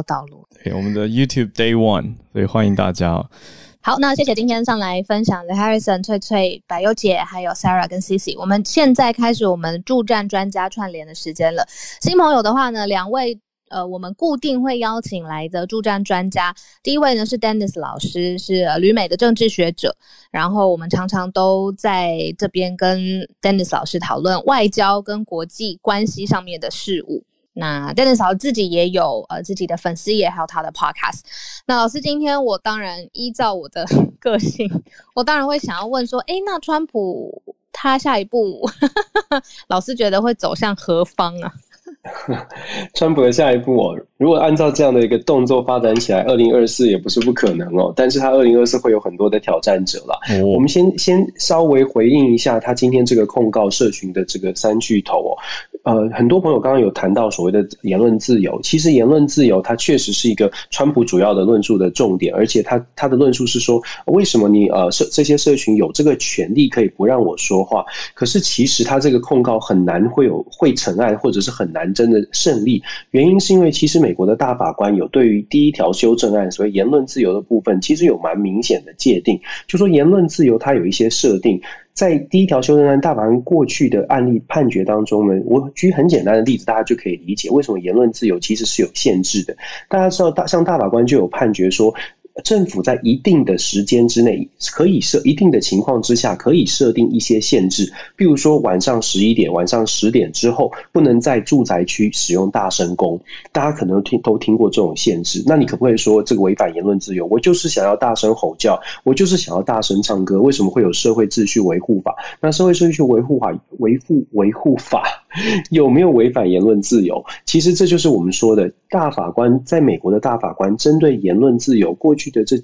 坡道路。 对，我们的 YouTube Day One， 所以欢迎大家好，那谢谢今天上来分享的 Harrison、翠翠、百优姐，还有 Sarah 跟 Cici。我们现在开始我们助战专家串联的时间了。新朋友的话呢，2位我们固定会邀请来的助战专家，第一位呢是 Dennis 老师，是旅美的政治学者，然后我们常常都在这边跟 Dennis 老师讨论外交跟国际关系上面的事务。那 Dennis 老师自己也有自己的粉丝页，还有他的 podcast。 那老师今天我当然依照我的个性，我当然会想要问说，那川普他下一步老师觉得会走向何方啊？ 川普的下一步如果按照这样的一个动作发展起来，2024也不是不可能但是他2024会有很多的挑战者啦。我们先稍微回应一下他今天这个控告社群的这个3巨头很多朋友刚刚有谈到所谓的言论自由，其实言论自由它确实是一个川普主要的论述的重点，而且他的论述是说，为什么你这些社群有这个权利可以不让我说话？可是其实他这个控告很难会成案，或者是很难真的胜利，原因是因为其实美国的大法官有对于第1条修正案所谓言论自由的部分，其实有蛮明显的界定，就说言论自由它有一些设定。在第1条修正案大法官过去的案例判决当中呢，我举很简单的例子，大家就可以理解为什么言论自由其实是有限制的。大家知道像大法官就有判决说，政府在一定的时间之内可以一定的情况之下可以设定一些限制，比如说晚上11点、晚上10点之后不能在住宅区使用大声公，大家可能都听过这种限制。那你可不可以说这个违反言论自由？我就是想要大声吼叫，我就是想要大声唱歌，为什么会有社会秩序维护法？那社会秩序维护法有没有违反言论自由？其实这就是我们说的大法官，在美国的大法官针对言论自由过去的这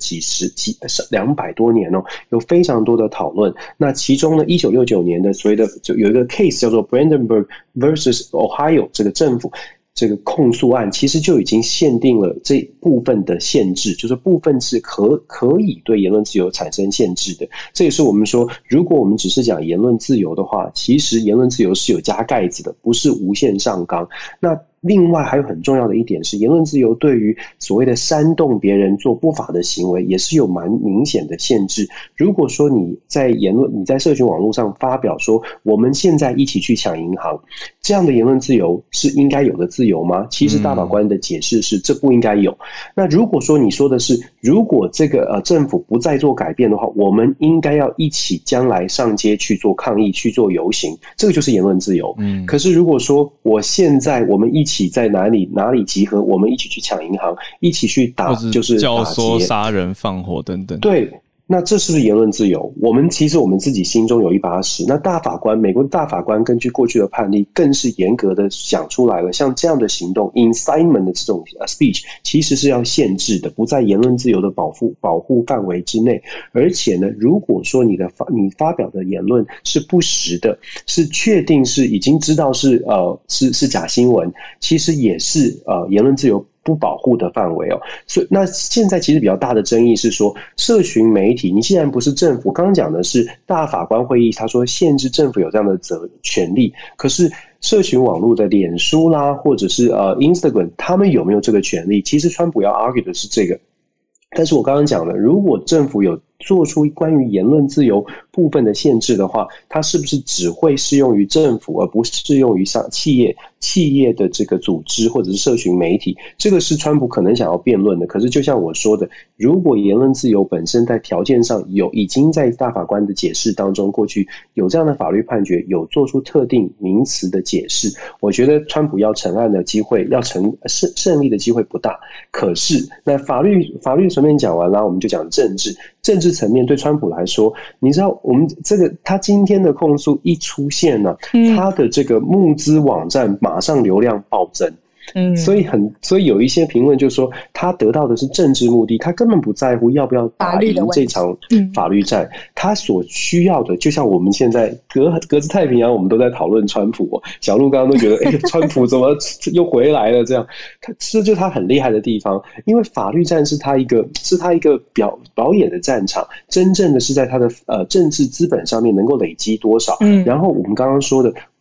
200多年有非常多的讨论。那其中呢1969年的所谓的有一个 case 叫做 Brandenburg vs Ohio 这个政府这个控诉案，其实就已经限定了这部分的限制，就是部分是可以对言论自由产生限制的。这也是我们说，如果我们只是讲言论自由的话，其实言论自由是有加盖子的，不是无限上纲。那另外还有很重要的一点是，言论自由对于所谓的煽动别人做不法的行为也是有蛮明显的限制。如果说你在社群网络上发表说我们现在一起去抢银行，这样的言论自由是应该有的自由吗？其实大法官的解释是这不应该有。那如果说你说的是如果这个政府不再做改变的话，我们应该要一起将来上街去做抗议去做游行，这个就是言论自由。可是如果说我们一起在哪里集合，我们一起去抢银行，一起去就是教唆杀人放火等等， 对，那这是不是言论自由？其实我们自己心中有一把尺。那美国的大法官根据过去的判例更是严格的想出来了，像这样的行动 incitement 的这种 speech 其实是要限制的，不在言论自由的保护范围之内。而且呢，如果说你发表的言论是不实的，是确定是已经知道是假新闻，其实也是言论自由不保护的范围所以那现在其实比较大的争议是说，社群媒体你既然不是政府，刚刚讲的是大法官会议他说限制政府有这样的权利，可是社群网络的脸书啦或者是Instagram 他们有没有这个权利？其实川普要 argue 的是这个。但是我刚刚讲了，如果政府有做出关于言论自由部分的限制的话，它是不是只会适用于政府而不适用于企业的这个组织或者是社群媒体？这个是川普可能想要辩论的。可是就像我说的，如果言论自由本身在条件上已经在大法官的解释当中过去有这样的法律判决，有做出特定名词的解释，我觉得川普要成案的机会，要胜利的机会不大。可是那法律层面讲完了，我们就讲政治层面。对川普来说，你知道我们他今天的控诉一出现呢，他的这个募资网站马上流量暴增。所以有一些评论就说他得到的是政治目的，他根本不在乎要不要打赢这场法律战。他所需要的，就像我们现在隔着太平洋我们都在讨论川普小鹿刚刚都觉得川普怎么又回来了，这样这就是他很厉害的地方。因为法律战是他一个表演的战场，真正的是在他的政治资本上面能够累积多少。然后我们刚刚说的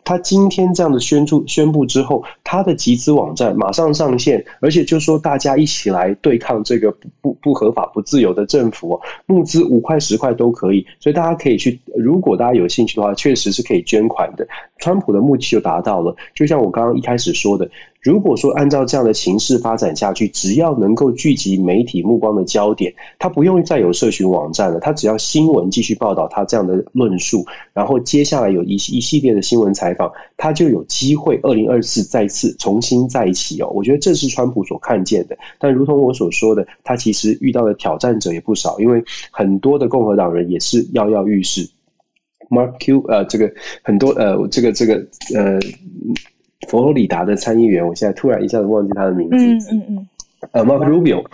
他今天这样的宣布之后，他的集资网站马上上线，而且就说大家一起来对抗这个不合法不自由的政府，募资5块10块都可以，所以大家可以去，如果大家有兴趣的话，确实是可以捐款的。川普的目的就达到了，就像我刚刚一开始说的，如果说按照这样的情势发展下去，只要能够聚集媒体目光的焦点，他不用再有社群网站了，他只要新闻继续报道他这样的论述，然后接下来有一系列的新闻采访，他就有机会2024再次重新在一起我觉得这是川普所看见的。但如同我所说的，他其实遇到的挑战者也不少，因为很多的共和党人也是跃跃欲试。Mark Q 这个很多佛罗里达的参议员，我现在突然一下子忘记他的名字。Mark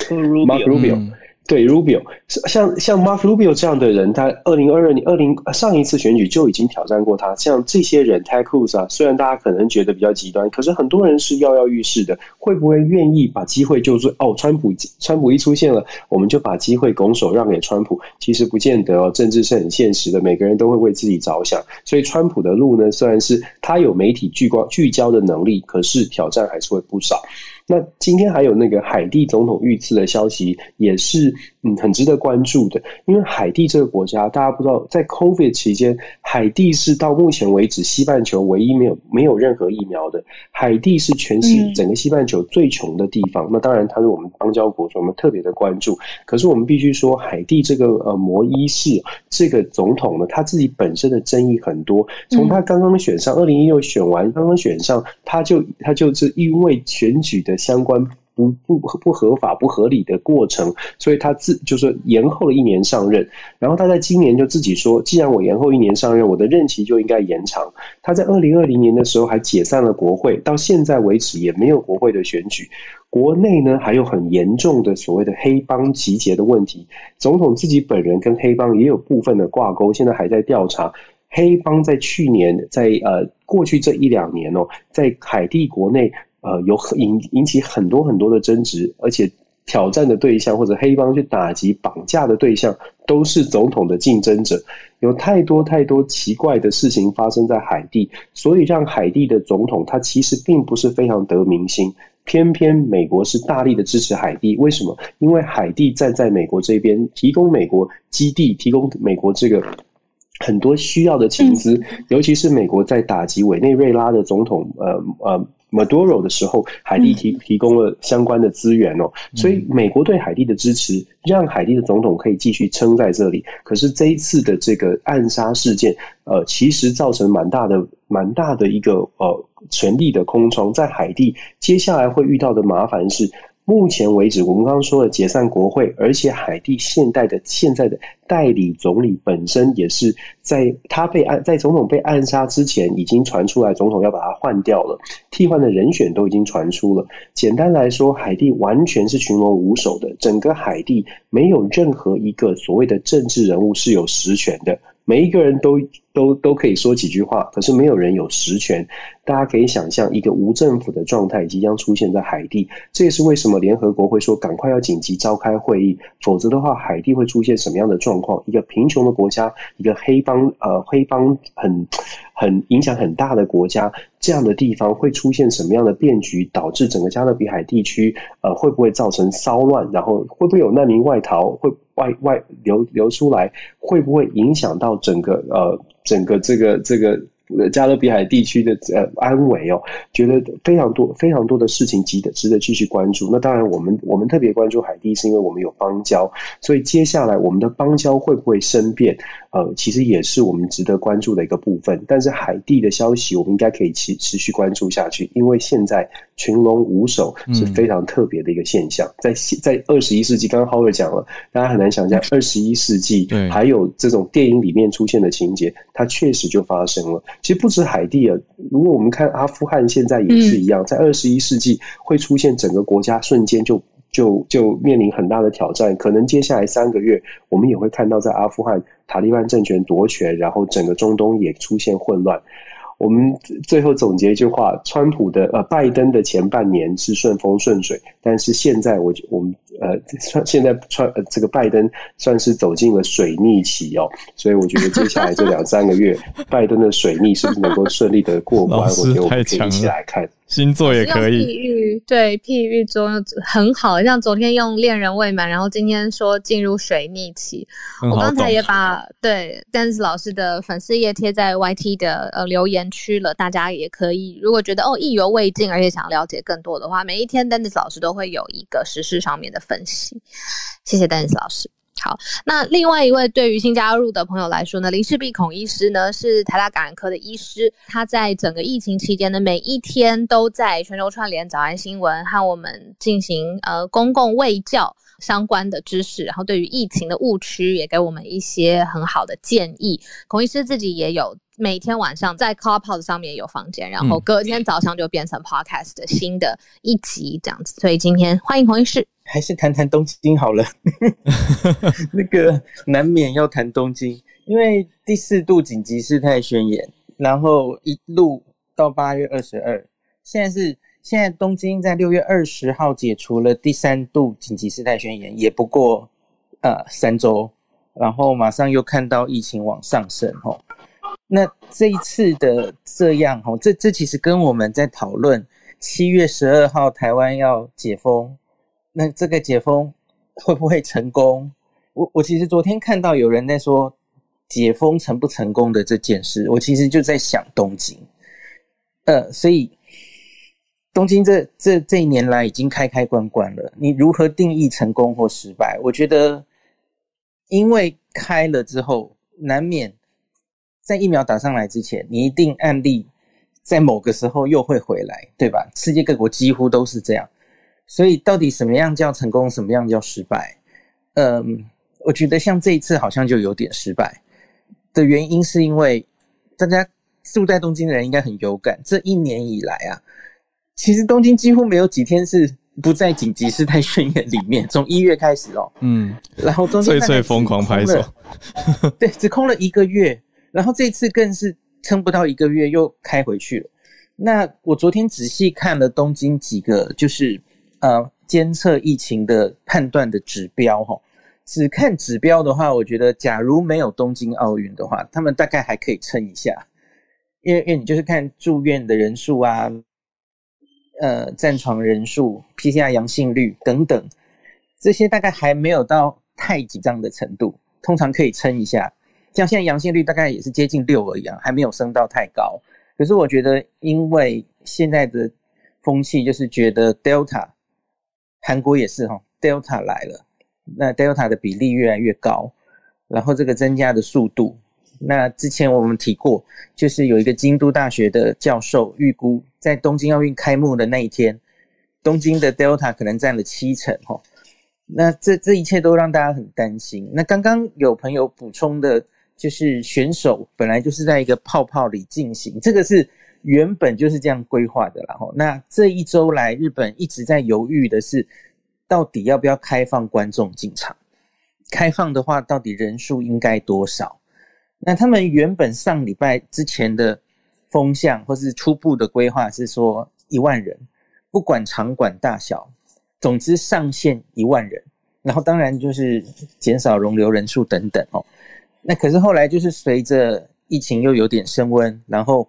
Rubio。对 Rubio， 像 Mark Rubio 这样的人，他2022年上一次选举就已经挑战过他。像这些人 Ted Cruz 虽然大家可能觉得比较极端，可是很多人是跃跃欲试的，会不会愿意把机会就是川普一出现了，我们就把机会拱手让给川普？其实不见得政治是很现实的，每个人都会为自己着想。所以川普的路呢，虽然是他有媒体聚焦的能力，可是挑战还是会不少。那今天还有那个海地总统遇刺的消息，也是很值得关注的。因为海地这个国家，大家不知道，在 COVID 期间，海地是到目前为止西半球唯一没有任何疫苗的。海地是全整个西半球最穷的地方。那当然，它是我们邦交国，所以我们特别的关注。可是我们必须说，海地这个摩伊士这个总统呢，他自己本身的争议很多。从他刚刚选上，2016选完，刚刚选上，他就是因为选举的相关不合法不合理的过程，所以他就是延后了1年上任。然后他在今年就自己说，既然我延后1年上任，我的任期就应该延长。他在2020年的时候还解散了国会，到现在为止也没有国会的选举。国内呢还有很严重的所谓的黑帮集结的问题，总统自己本人跟黑帮也有部分的挂钩，现在还在调查。黑帮在去年在过去这1-2年在海地国内有引起很多很多的争执，而且挑战的对象或者黑帮去打击绑架的对象都是总统的竞争者，有太多太多奇怪的事情发生在海地，所以让海地的总统他其实并不是非常得民心。偏偏美国是大力的支持海地，为什么？因为海地站在美国这边，提供美国基地，提供美国这个很多需要的情资，尤其是美国在打击委内瑞拉的总统Maduro 的时候，海地提供了相关的资源所以美国对海地的支持让海地的总统可以继续撑在这里。可是这一次的这个暗杀事件其实造成蛮大的一个权力的空窗，在海地接下来会遇到的麻烦是，目前为止我们刚刚说的解散国会，而且海地现在的代理总理本身也是在总统被暗杀之前已经传出来总统要把他换掉了，替换的人选都已经传出了。简单来说，海地完全是群龙无首的，整个海地没有任何一个所谓的政治人物是有实权的，每一个人都可以说几句话，可是没有人有实权。大家可以想象一个无政府的状态即将出现在海地，这也是为什么联合国会说赶快要紧急召开会议，否则的话海地会出现什么样的状况。一个贫穷的国家，一个黑帮很影响很大的国家，这样的地方会出现什么样的变局，导致整个加勒比海地区会不会造成骚乱，然后会不会有难民外逃，会外流出来，会不会影响到整个这个加勒比海地区的安危觉得非常多的事情值得继续关注。那当然我们特别关注海地是因为我们有邦交，所以接下来我们的邦交会不会生变其实也是我们值得关注的一个部分。但是海地的消息我们应该可以持续关注下去，因为现在群龙无首是非常特别的一个现象。在21世纪，刚刚 Howard 讲了，大家很难想象21世纪还有这种电影里面出现的情节，它确实就发生了。其实不止海地如果我们看阿富汗现在也是一样，在21世纪会出现整个国家瞬间就面临很大的挑战，可能接下来3个月我们也会看到在阿富汗塔利班政权夺权，然后整个中东也出现混乱。我们最后总结一句话，拜登的前半年是顺风顺水，但是现在我们现在这个拜登算是走进了水逆期哦，所以我觉得接下来这2-3个月，拜登的水逆是不是能够顺利的过关？我觉得我们可以一起来看。 星座也可以， 譬喻中很好，像昨天用恋人未满，然后今天说进入水逆期。我刚才也把Dennis 老师的粉丝页贴在 YT 的留言区了，大家也可以，如果觉得意犹未尽，而且想了解更多的话，每一天 Dennis 老师都会有一个时事上面的分析。谢谢 Dennis 老师。好，那另外一位对于新加入的朋友来说呢，林氏璧孔医师呢是台大感染科的医师，他在整个疫情期间呢，每一天都在全球串联早安新闻和我们进行公共卫教相关的知识，然后对于疫情的误区也给我们一些很好的建议。孔医师自己也有每天晚上在 Clubhouse 上面有房间，然后隔天早上就变成 Podcast 的新的一集这样子。所以今天欢迎孔医师。 还是谈谈东京好了那个难免要谈东京，因为第4度紧急事态宣言，然后一路到8月22，现在东京在6月20号解除了第3度紧急事态宣言，也不过3周，然后马上又看到疫情往上升那这一次的这样这其实跟我们在讨论7月12号台湾要解封，那这个解封会不会成功？我其实昨天看到有人在说解封成不成功的这件事，我其实就在想东京，所以东京这一年来已经开关了，你如何定义成功或失败？我觉得因为开了之后，难免在疫苗打上来之前，你一定案例在某个时候又会回来，对吧？世界各国几乎都是这样。所以到底什么样叫成功，什么样叫失败？我觉得像这一次好像就有点失败的原因，是因为大家住在东京的人应该很有感，这1年以来啊，其实东京几乎没有几天是不在紧急事态宣言里面，从1月开始然后中间最疯狂拍手对，只空了1个月，然后这次更是撑不到1个月又开回去了。那我昨天仔细看了东京几个就是监测疫情的判断的指标只看指标的话，我觉得假如没有东京奥运的话，他们大概还可以撑一下，因为你就是看住院的人数啊，占床人数、PCR 阳性率等等，这些大概还没有到太紧张的程度，通常可以撑一下。像现在阳性率大概也是接近6而已还没有升到太高。可是我觉得因为现在的风气就是觉得 Delta， 韩国也是Delta 来了，那 Delta 的比例越来越高，然后这个增加的速度，那之前我们提过，就是有一个京都大学的教授预估，在东京奥运开幕的那一天，东京的 Delta 可能占了70%那这一切都让大家很担心。那刚刚有朋友补充的，就是选手本来就是在一个泡泡里进行，这个是原本就是这样规划的啦。那这1周来，日本一直在犹豫的是，到底要不要开放观众进场？开放的话，到底人数应该多少？那他们原本上礼拜之前的风向或是初步的规划是说1万人，不管场馆大小，总之上限1万人，然后当然就是减少容留人数等等那可是后来就是随着疫情又有点升温，然后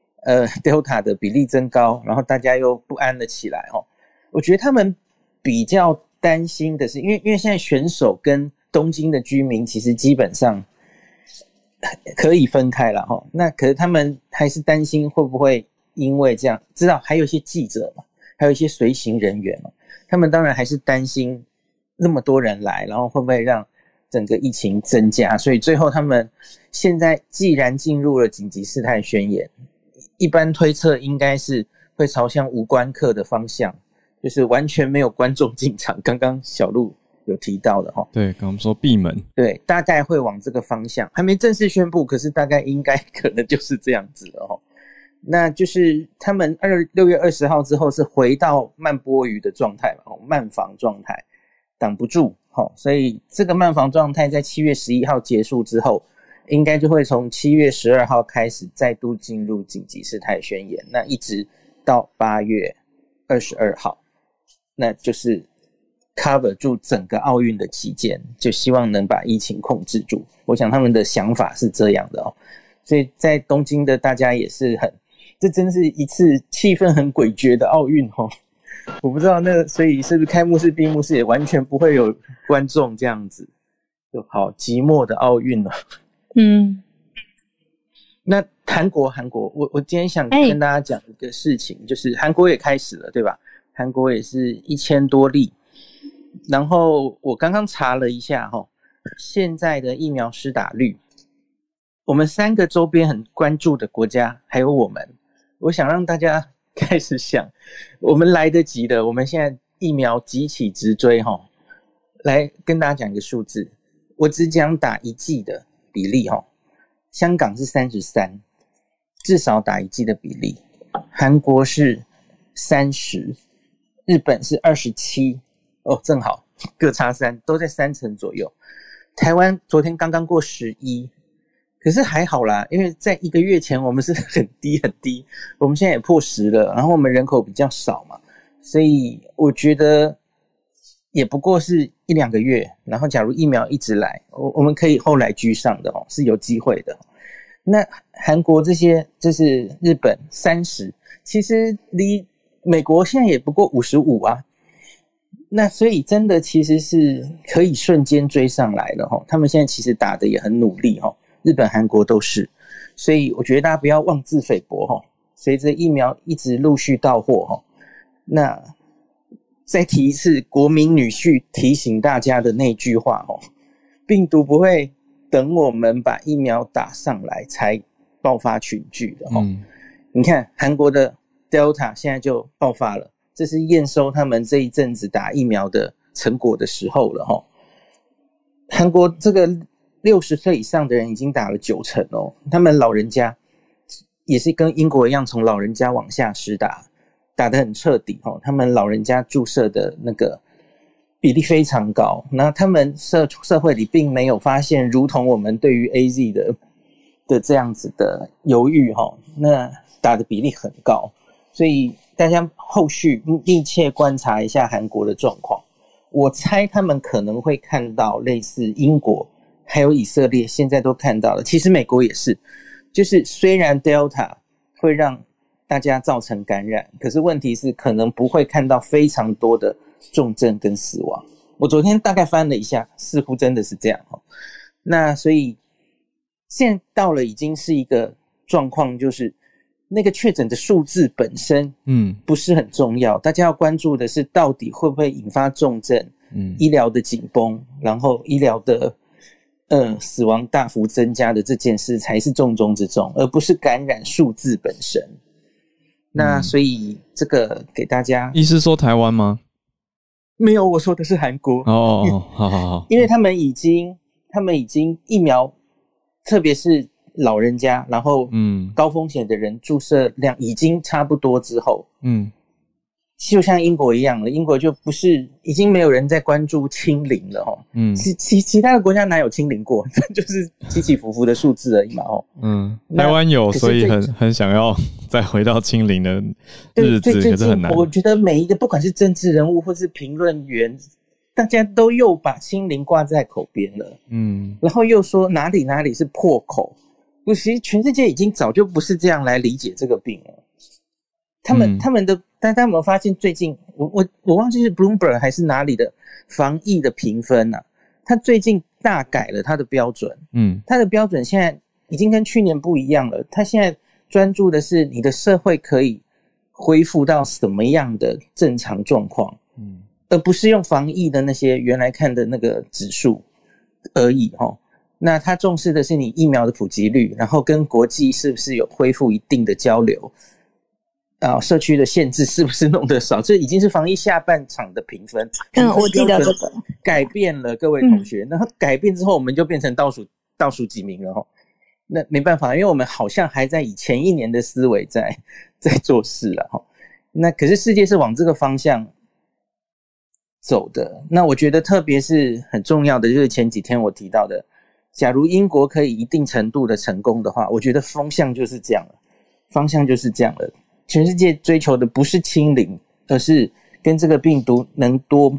Delta 的比例增高，然后大家又不安了起来我觉得他们比较担心的是，因为现在选手跟东京的居民其实基本上可以分开了那可是他们还是担心会不会因为这样，知道还有一些记者嘛，还有一些随行人员嘛，他们当然还是担心那么多人来，然后会不会让整个疫情增加，所以最后他们现在既然进入了紧急事态宣言，一般推测应该是会朝向无观客的方向，就是完全没有观众进场，刚刚小鹿有提到的对，刚刚说闭门， 对，大概会往这个方向，还没正式宣布，可是大概应该可能就是这样子了那就是他们6月20号之后是回到慢波鱼的状态嘛，慢防状态，挡不住所以这个慢防状态在7月11号结束之后，应该就会从7月12号开始再度进入紧急事态宣言，那一直到8月22号，那就是 cover 住整个奥运的期间，就希望能把疫情控制住。我想他们的想法是这样的哦，所以在东京的大家也是这真是一次气氛很诡谲的奥运哦。我不知道所以是不是开幕式闭幕式也完全不会有观众这样子，就好寂寞的奥运了。那韩国我今天想跟大家讲一个事情，就是韩国也开始了对吧？韩国也是1000多例，然后我刚刚查了一下现在的疫苗施打率，我们3个周边很关注的国家还有我想让大家开始想，我们来得及的，我们现在疫苗急起直追来跟大家讲一个数字，我只讲打1剂的比例香港是33，至少打1剂的比例，韩国是30，日本是27，正好各差3，都在3成左右。台湾昨天刚刚过11，可是还好啦，因为在1个月前我们是很低，我们现在也破10了，然后我们人口比较少嘛，所以我觉得也不过是1-2个月，然后假如疫苗一直来，我们可以后来居上的是有机会的。那韩国这些就是日本30，其实离美国现在也不过55啊，那所以真的其实是可以瞬间追上来的他们现在其实打的也很努力日本韩国都是，所以我觉得大家不要妄自菲薄随着疫苗一直陆续到货那再提一次国民女婿提醒大家的那句话病毒不会等我们把疫苗打上来才爆发群聚的你看韩国的 Delta 现在就爆发了，这是验收他们这一阵子打疫苗的成果的时候了韩国这个60岁以上的人已经打了9成他们老人家也是跟英国一样从老人家往下施打得很彻底他们老人家注射的那个比例非常高，那他们社会里并没有发现如同我们对于 AZ 的这样子的犹豫那打的比例很高，所以大家后续密切观察一下韩国的状况，我猜他们可能会看到类似英国还有以色列现在都看到了，其实美国也是，就是虽然 Delta 会让大家造成感染，可是问题是可能不会看到非常多的重症跟死亡，我昨天大概翻了一下，似乎真的是这样那所以现在到了已经是一个状况，就是那个确诊的数字本身不是很重要，大家要关注的是到底会不会引发重症医疗的紧绷，然后医疗的死亡大幅增加的这件事才是重中之重，而不是感染数字本身那所以这个给大家意思说台湾吗？ 没有，我说的是韩国好， 因为他们已经疫苗，特别是老人家，然后高风险的人注射量已经差不多之后就像英国一样了，英国就不是已经没有人在关注清零了其他的国家哪有清零过就是起起伏伏的数字而已嘛台湾有，所以很想要再回到清零的日子，可是很难。 我觉得每一个不管是政治人物或是评论员，大家都又把清零挂在口边了然后又说哪里是破口，其实全世界已经早就不是这样来理解这个病了。他们的，大家有没有发现最近我忘记是 Bloomberg 还是哪里的防疫的评分他最近大改了他的标准他的标准现在已经跟去年不一样了，他现在专注的是你的社会可以恢复到什么样的正常状况而不是用防疫的那些原来看的那个指数而已那他重视的是你疫苗的普及率，然后跟国际是不是有恢复一定的交流社区的限制是不是弄得少，这已经是防疫下半场的评分我记得这个改变了各位同学然后改变之后我们就变成倒数几名了那没办法，因为我们好像还在以前一年的思维在做事了那可是世界是往这个方向走的，那我觉得特别是很重要的就是前几天我提到的，假如英国可以一定程度的成功的话，我觉得方向就是这样了，全世界追求的不是清零，而是跟这个病毒能多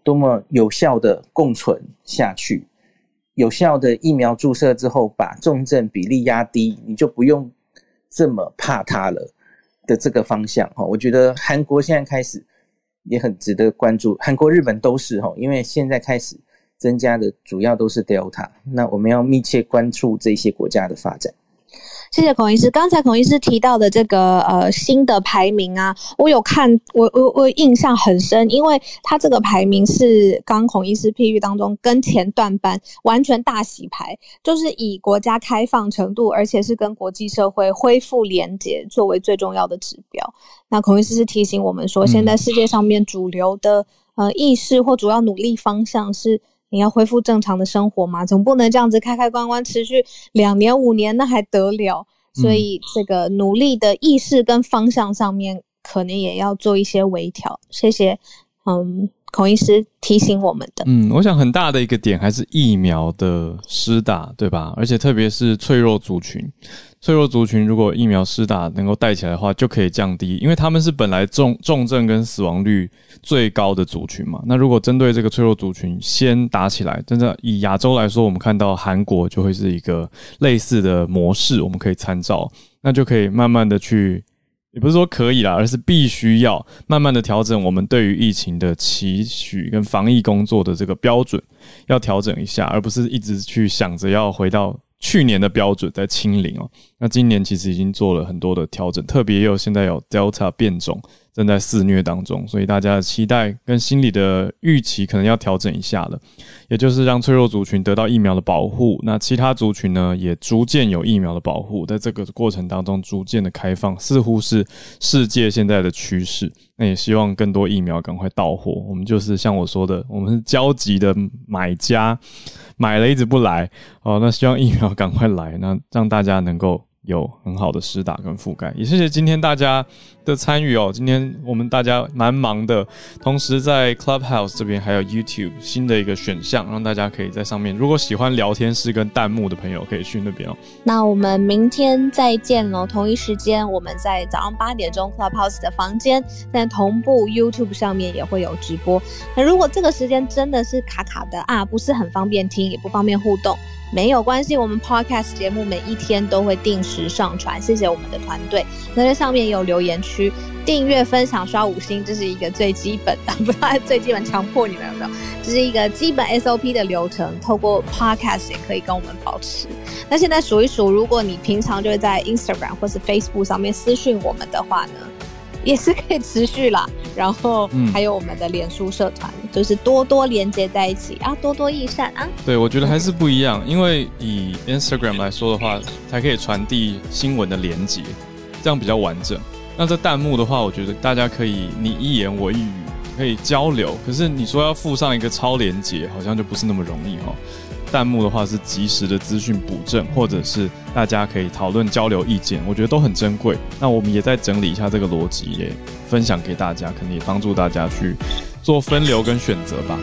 多么有效的共存下去，有效的疫苗注射之后把重症比例压低，你就不用这么怕它了的这个方向。我觉得韩国现在开始也很值得关注，韩国日本都是，因为现在开始增加的主要都是 Delta， 那我们要密切关注这些国家的发展。 谢谢孔医师。刚才孔医师提到的这个新的排名啊，我有看，我印象很深，因为他这个排名是刚孔医师譬喻当中跟前段班完全大洗牌，就是以国家开放程度，而且是跟国际社会恢复连结作为最重要的指标。那孔医师是提醒我们说，现在世界上面主流的意识或主要努力方向是你要恢复正常的生活嘛，总不能这样子开开关关持续2年5年，那还得了？所以这个努力的意识跟方向上面可能也要做一些微调。谢谢孔医师提醒我们的。 我想很大的一个点还是疫苗的施打，对吧？而且特别是脆弱族群，如果疫苗施打能够带起来的话，就可以降低，因为他们是本来重症跟死亡率最高的族群嘛。那如果针对这个脆弱族群先打起来，真的以亚洲来说，我们看到韩国就会是一个类似的模式，我们可以参照，那就可以慢慢的去，也不是说可以啦，而是必须要慢慢的调整我们对于疫情的期许跟防疫工作的这个标准，要调整一下，而不是一直去想着要回到去年的标准在清零哦。那今年其实已经做了很多的调整，特别现在有 Delta 变种正在肆虐当中，所以大家的期待跟心理的预期可能要调整一下了，也就是让脆弱族群得到疫苗的保护，那其他族群呢也逐渐有疫苗的保护，在这个过程当中逐渐的开放，似乎是世界现在的趋势。那也希望更多疫苗赶快到货，我们就是像我说的，我们是焦急的买家，买了一直不来那希望疫苗赶快来，那让大家能够有很好的施打跟覆盖。也谢谢今天大家的参与今天我们大家蛮忙的，同时在 Clubhouse 这边还有 YouTube 新的一个选项，让大家可以在上面，如果喜欢聊天室跟弹幕的朋友可以去那边那我们明天再见咯，同一时间我们在早上8点钟 Clubhouse 的房间，但同步 YouTube 上面也会有直播。那如果这个时间真的是卡卡的不是很方便听，也不方便互动，没有关系，我们 Podcast 节目每一天都会定时上传，谢谢我们的团队。那在上面也有留言区，订阅、分享、刷5星，这是一个最基本的，不要最基本强迫你们有没有？这是一个基本 SOP 的流程，透过 Podcast 也可以跟我们保持。那现在数一数，如果你平常就会在 Instagram 或是 Facebook 上面私讯我们的话呢，也是可以持续啦。然后还有我们的脸书社团，就是多多连接在一起多多益善对，我觉得还是不一样，因为以 Instagram 来说的话，才可以传递新闻的连结，这样比较完整。那这弹幕的话，我觉得大家可以你一言我一语，可以交流。可是你说要附上一个超连结，好像就不是那么容易弹幕的话是及时的资讯补正，或者是大家可以讨论交流意见，我觉得都很珍贵。那我们也在整理一下这个逻辑，也分享给大家，可能也帮助大家去做分流跟选择吧。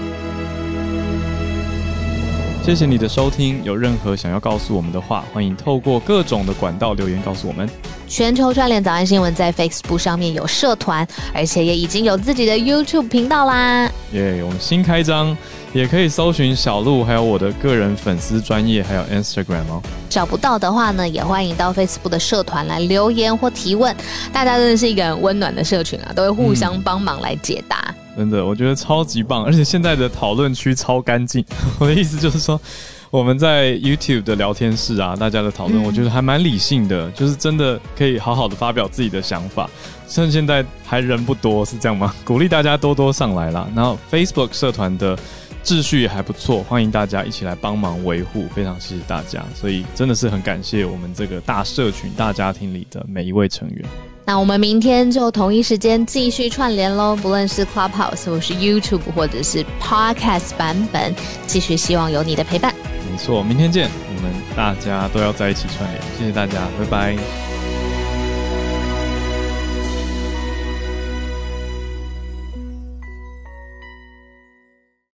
谢谢你的收听，有任何想要告诉我们的话，欢迎透过各种的管道留言告诉我们。 全球串联早安新闻在 Facebook 上面有社团，而且也已经有自己的 YouTube 频道啦。 我们新开张，也可以搜寻小鹿，还有我的个人粉丝专页，还有 Instagram 找不到的话呢，也欢迎到 Facebook 的社团来留言或提问。大家真的是一个很温暖的社群都会互相帮忙来解答。 真的，我觉得超级棒，而且现在的讨论区超干净。我的意思就是说，我们在 YouTube 的聊天室大家的讨论，我觉得还蛮理性的，就是真的可以好好的发表自己的想法。趁现在还人不多，是这样吗？鼓励大家多多上来啦。然后 Facebook 社团的秩序也还不错，欢迎大家一起来帮忙维护，非常谢谢大家。所以真的是很感谢我们这个大社群、大家庭里的每一位成员。 那我们明天就同一时间继续串联咯，不论是 Clubhouse 或是 YouTube 或者是 Podcast 版本，继续希望有你的陪伴。 没错，明天见，我们大家都要在一起串联，谢谢大家，拜拜。